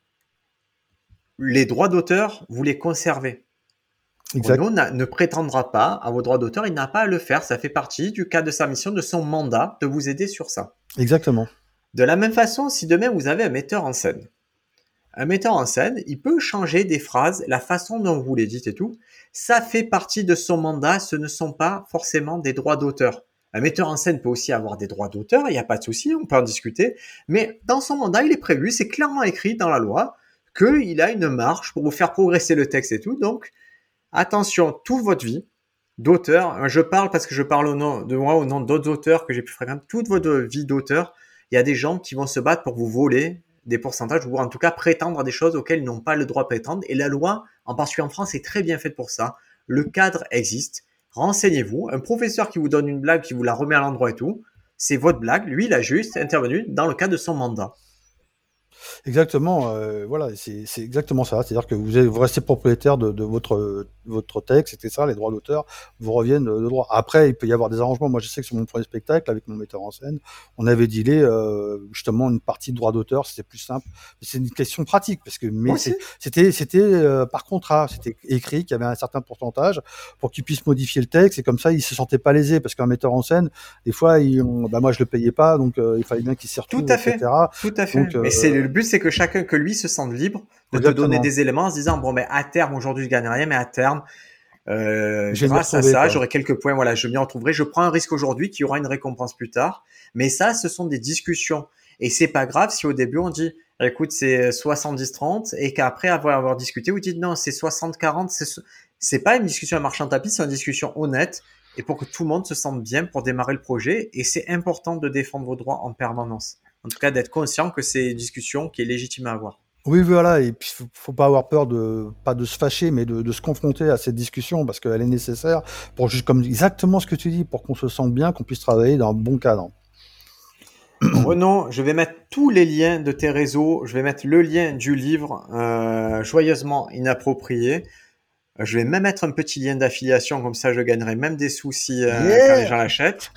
Les droits d'auteur, vous les conservez. Exact. Renaud ne prétendra pas à vos droits d'auteur, il n'a pas à le faire, ça fait partie du cadre de sa mission, de son mandat, de vous aider sur ça. Exactement. De la même façon, si demain vous avez un metteur en scène, un metteur en scène, il peut changer des phrases, la façon dont vous les dites et tout, ça fait partie de son mandat, ce ne sont pas forcément des droits d'auteur. Un metteur en scène peut aussi avoir des droits d'auteur, il n'y a pas de souci, on peut en discuter, mais dans son mandat, il est prévu, c'est clairement écrit dans la loi, qu'il a une marge pour vous faire progresser le texte et tout, donc attention, toute votre vie d'auteur, je parle parce que je parle au nom de moi, au nom d'autres auteurs que j'ai pu fréquenter, toute votre vie d'auteur, il y a des gens qui vont se battre pour vous voler des pourcentages ou en tout cas prétendre à des choses auxquelles ils n'ont pas le droit de prétendre. Et la loi, en particulier en France, est très bien faite pour ça. Le cadre existe. Renseignez-vous. Un professeur qui vous donne une blague, qui vous la remet à l'endroit et tout, c'est votre blague. Lui, il a juste intervenu dans le cadre de son mandat. Exactement, euh, voilà, c'est c'est exactement ça. C'est-à-dire que vous, êtes- vous restez propriétaire de, de votre votre texte, c'était ça, les droits d'auteur vous reviennent de, de droit. Après, il peut y avoir des arrangements. Moi, je sais que sur mon premier spectacle, avec mon metteur en scène, on avait dealé euh, justement une partie de droits d'auteur, c'était plus simple. C'est une question pratique, parce que mais Moi c'est- aussi. c'était c'était euh, par contrat, c'était écrit qu'il y avait un certain pourcentage pour qu'il puisse modifier le texte, et comme ça, il se sentait pas lésé, parce qu'un metteur en scène, des fois, il, on- bah moi, je le payais pas, donc euh, il fallait bien qu'il s'y Tout retrouve, à fait. et cetera. Tout à fait. Donc, Mais c'est euh, le but, c'est que chacun, que lui se sente libre de te donner exactement. des éléments en se disant, bon, mais à terme, aujourd'hui, je gagne rien, mais à terme, Euh, Je vais m'y grâce à retrouver, ça, quoi. j'aurai quelques points. Voilà, je m'y retrouverai. Je prends un risque aujourd'hui qui aura une récompense plus tard. Mais ça, ce sont des discussions. Et c'est pas grave si au début on dit, écoute, c'est soixante-dix trente et qu'après avoir, avoir discuté, vous dites non, c'est soixante quarante. C'est, c'est pas une discussion à marchand tapis, c'est une discussion honnête et pour que tout le monde se sente bien pour démarrer le projet. Et c'est important de défendre vos droits en permanence. En tout cas, d'être conscient que c'est une discussion qui est légitime à avoir. Oui, voilà, et puis faut, faut pas avoir peur de, pas de se fâcher, mais de, de se confronter à cette discussion parce qu'elle est nécessaire pour juste comme exactement ce que tu dis, pour qu'on se sente bien, qu'on puisse travailler dans un bon cadre. Renaud, je vais mettre tous les liens de tes réseaux. Je vais mettre le lien du livre euh, Joyeusement inapproprié. Je vais même mettre un petit lien d'affiliation, comme ça je gagnerai même des sous si, euh, quand les Yeah! gens l'achètent.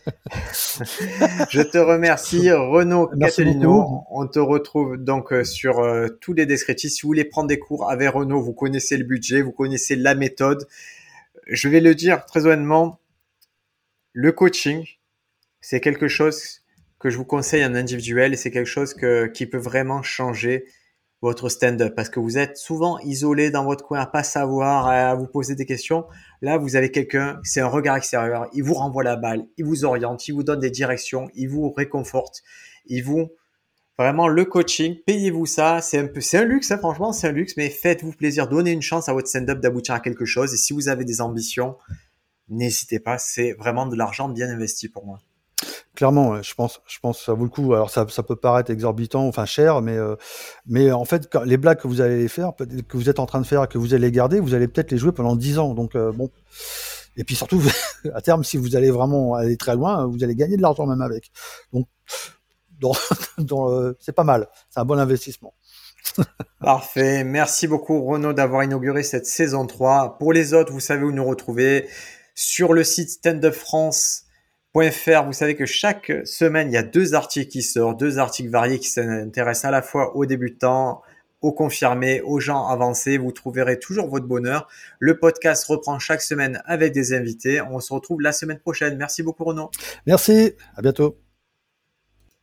Je te remercie, Renaud Merci Catalino. beaucoup. On te retrouve donc euh, sur euh, tous les descriptifs. Si vous voulez prendre des cours avec Renaud, vous connaissez le budget, vous connaissez la méthode. je vais le dire très honnêtement, le coaching, c'est quelque chose que je vous conseille en individuel et c'est quelque chose que, qui peut vraiment changer votre stand-up parce que vous êtes souvent isolé dans votre coin à pas savoir, à vous poser des questions. Là, vous avez quelqu'un, c'est un regard extérieur, il vous renvoie la balle, il vous oriente, il vous donne des directions, il vous réconforte, il vous vraiment le coaching, payez-vous ça, c'est un peu, c'est un luxe, hein, franchement, c'est un luxe, mais faites-vous plaisir, donnez une chance à votre stand-up d'aboutir à quelque chose et si vous avez des ambitions, n'hésitez pas, c'est vraiment de l'argent bien investi pour moi. Clairement, ouais, je pense, je pense que ça vaut le coup. Alors ça, ça peut paraître exorbitant, enfin cher, mais euh, mais en fait, quand, les blagues que vous allez faire, peut-être que vous êtes en train de faire, et que vous allez les garder, vous allez peut-être les jouer pendant dix ans. Donc euh, bon, et puis surtout à terme, si vous allez vraiment aller très loin, vous allez gagner de l'argent même avec. Donc, dans, dans, euh, c'est pas mal, c'est un bon investissement. Parfait. Merci beaucoup, Renaud, d'avoir inauguré cette saison trois. Pour les autres, vous savez où nous retrouver. Sur le site stand up france point f r, vous savez que chaque semaine, il y a deux articles qui sortent, deux articles variés qui s'intéressent à la fois aux débutants, aux confirmés, aux gens avancés. Vous trouverez toujours votre bonheur. Le podcast reprend chaque semaine avec des invités. On se retrouve la semaine prochaine. Merci beaucoup, Renaud. Merci, à bientôt.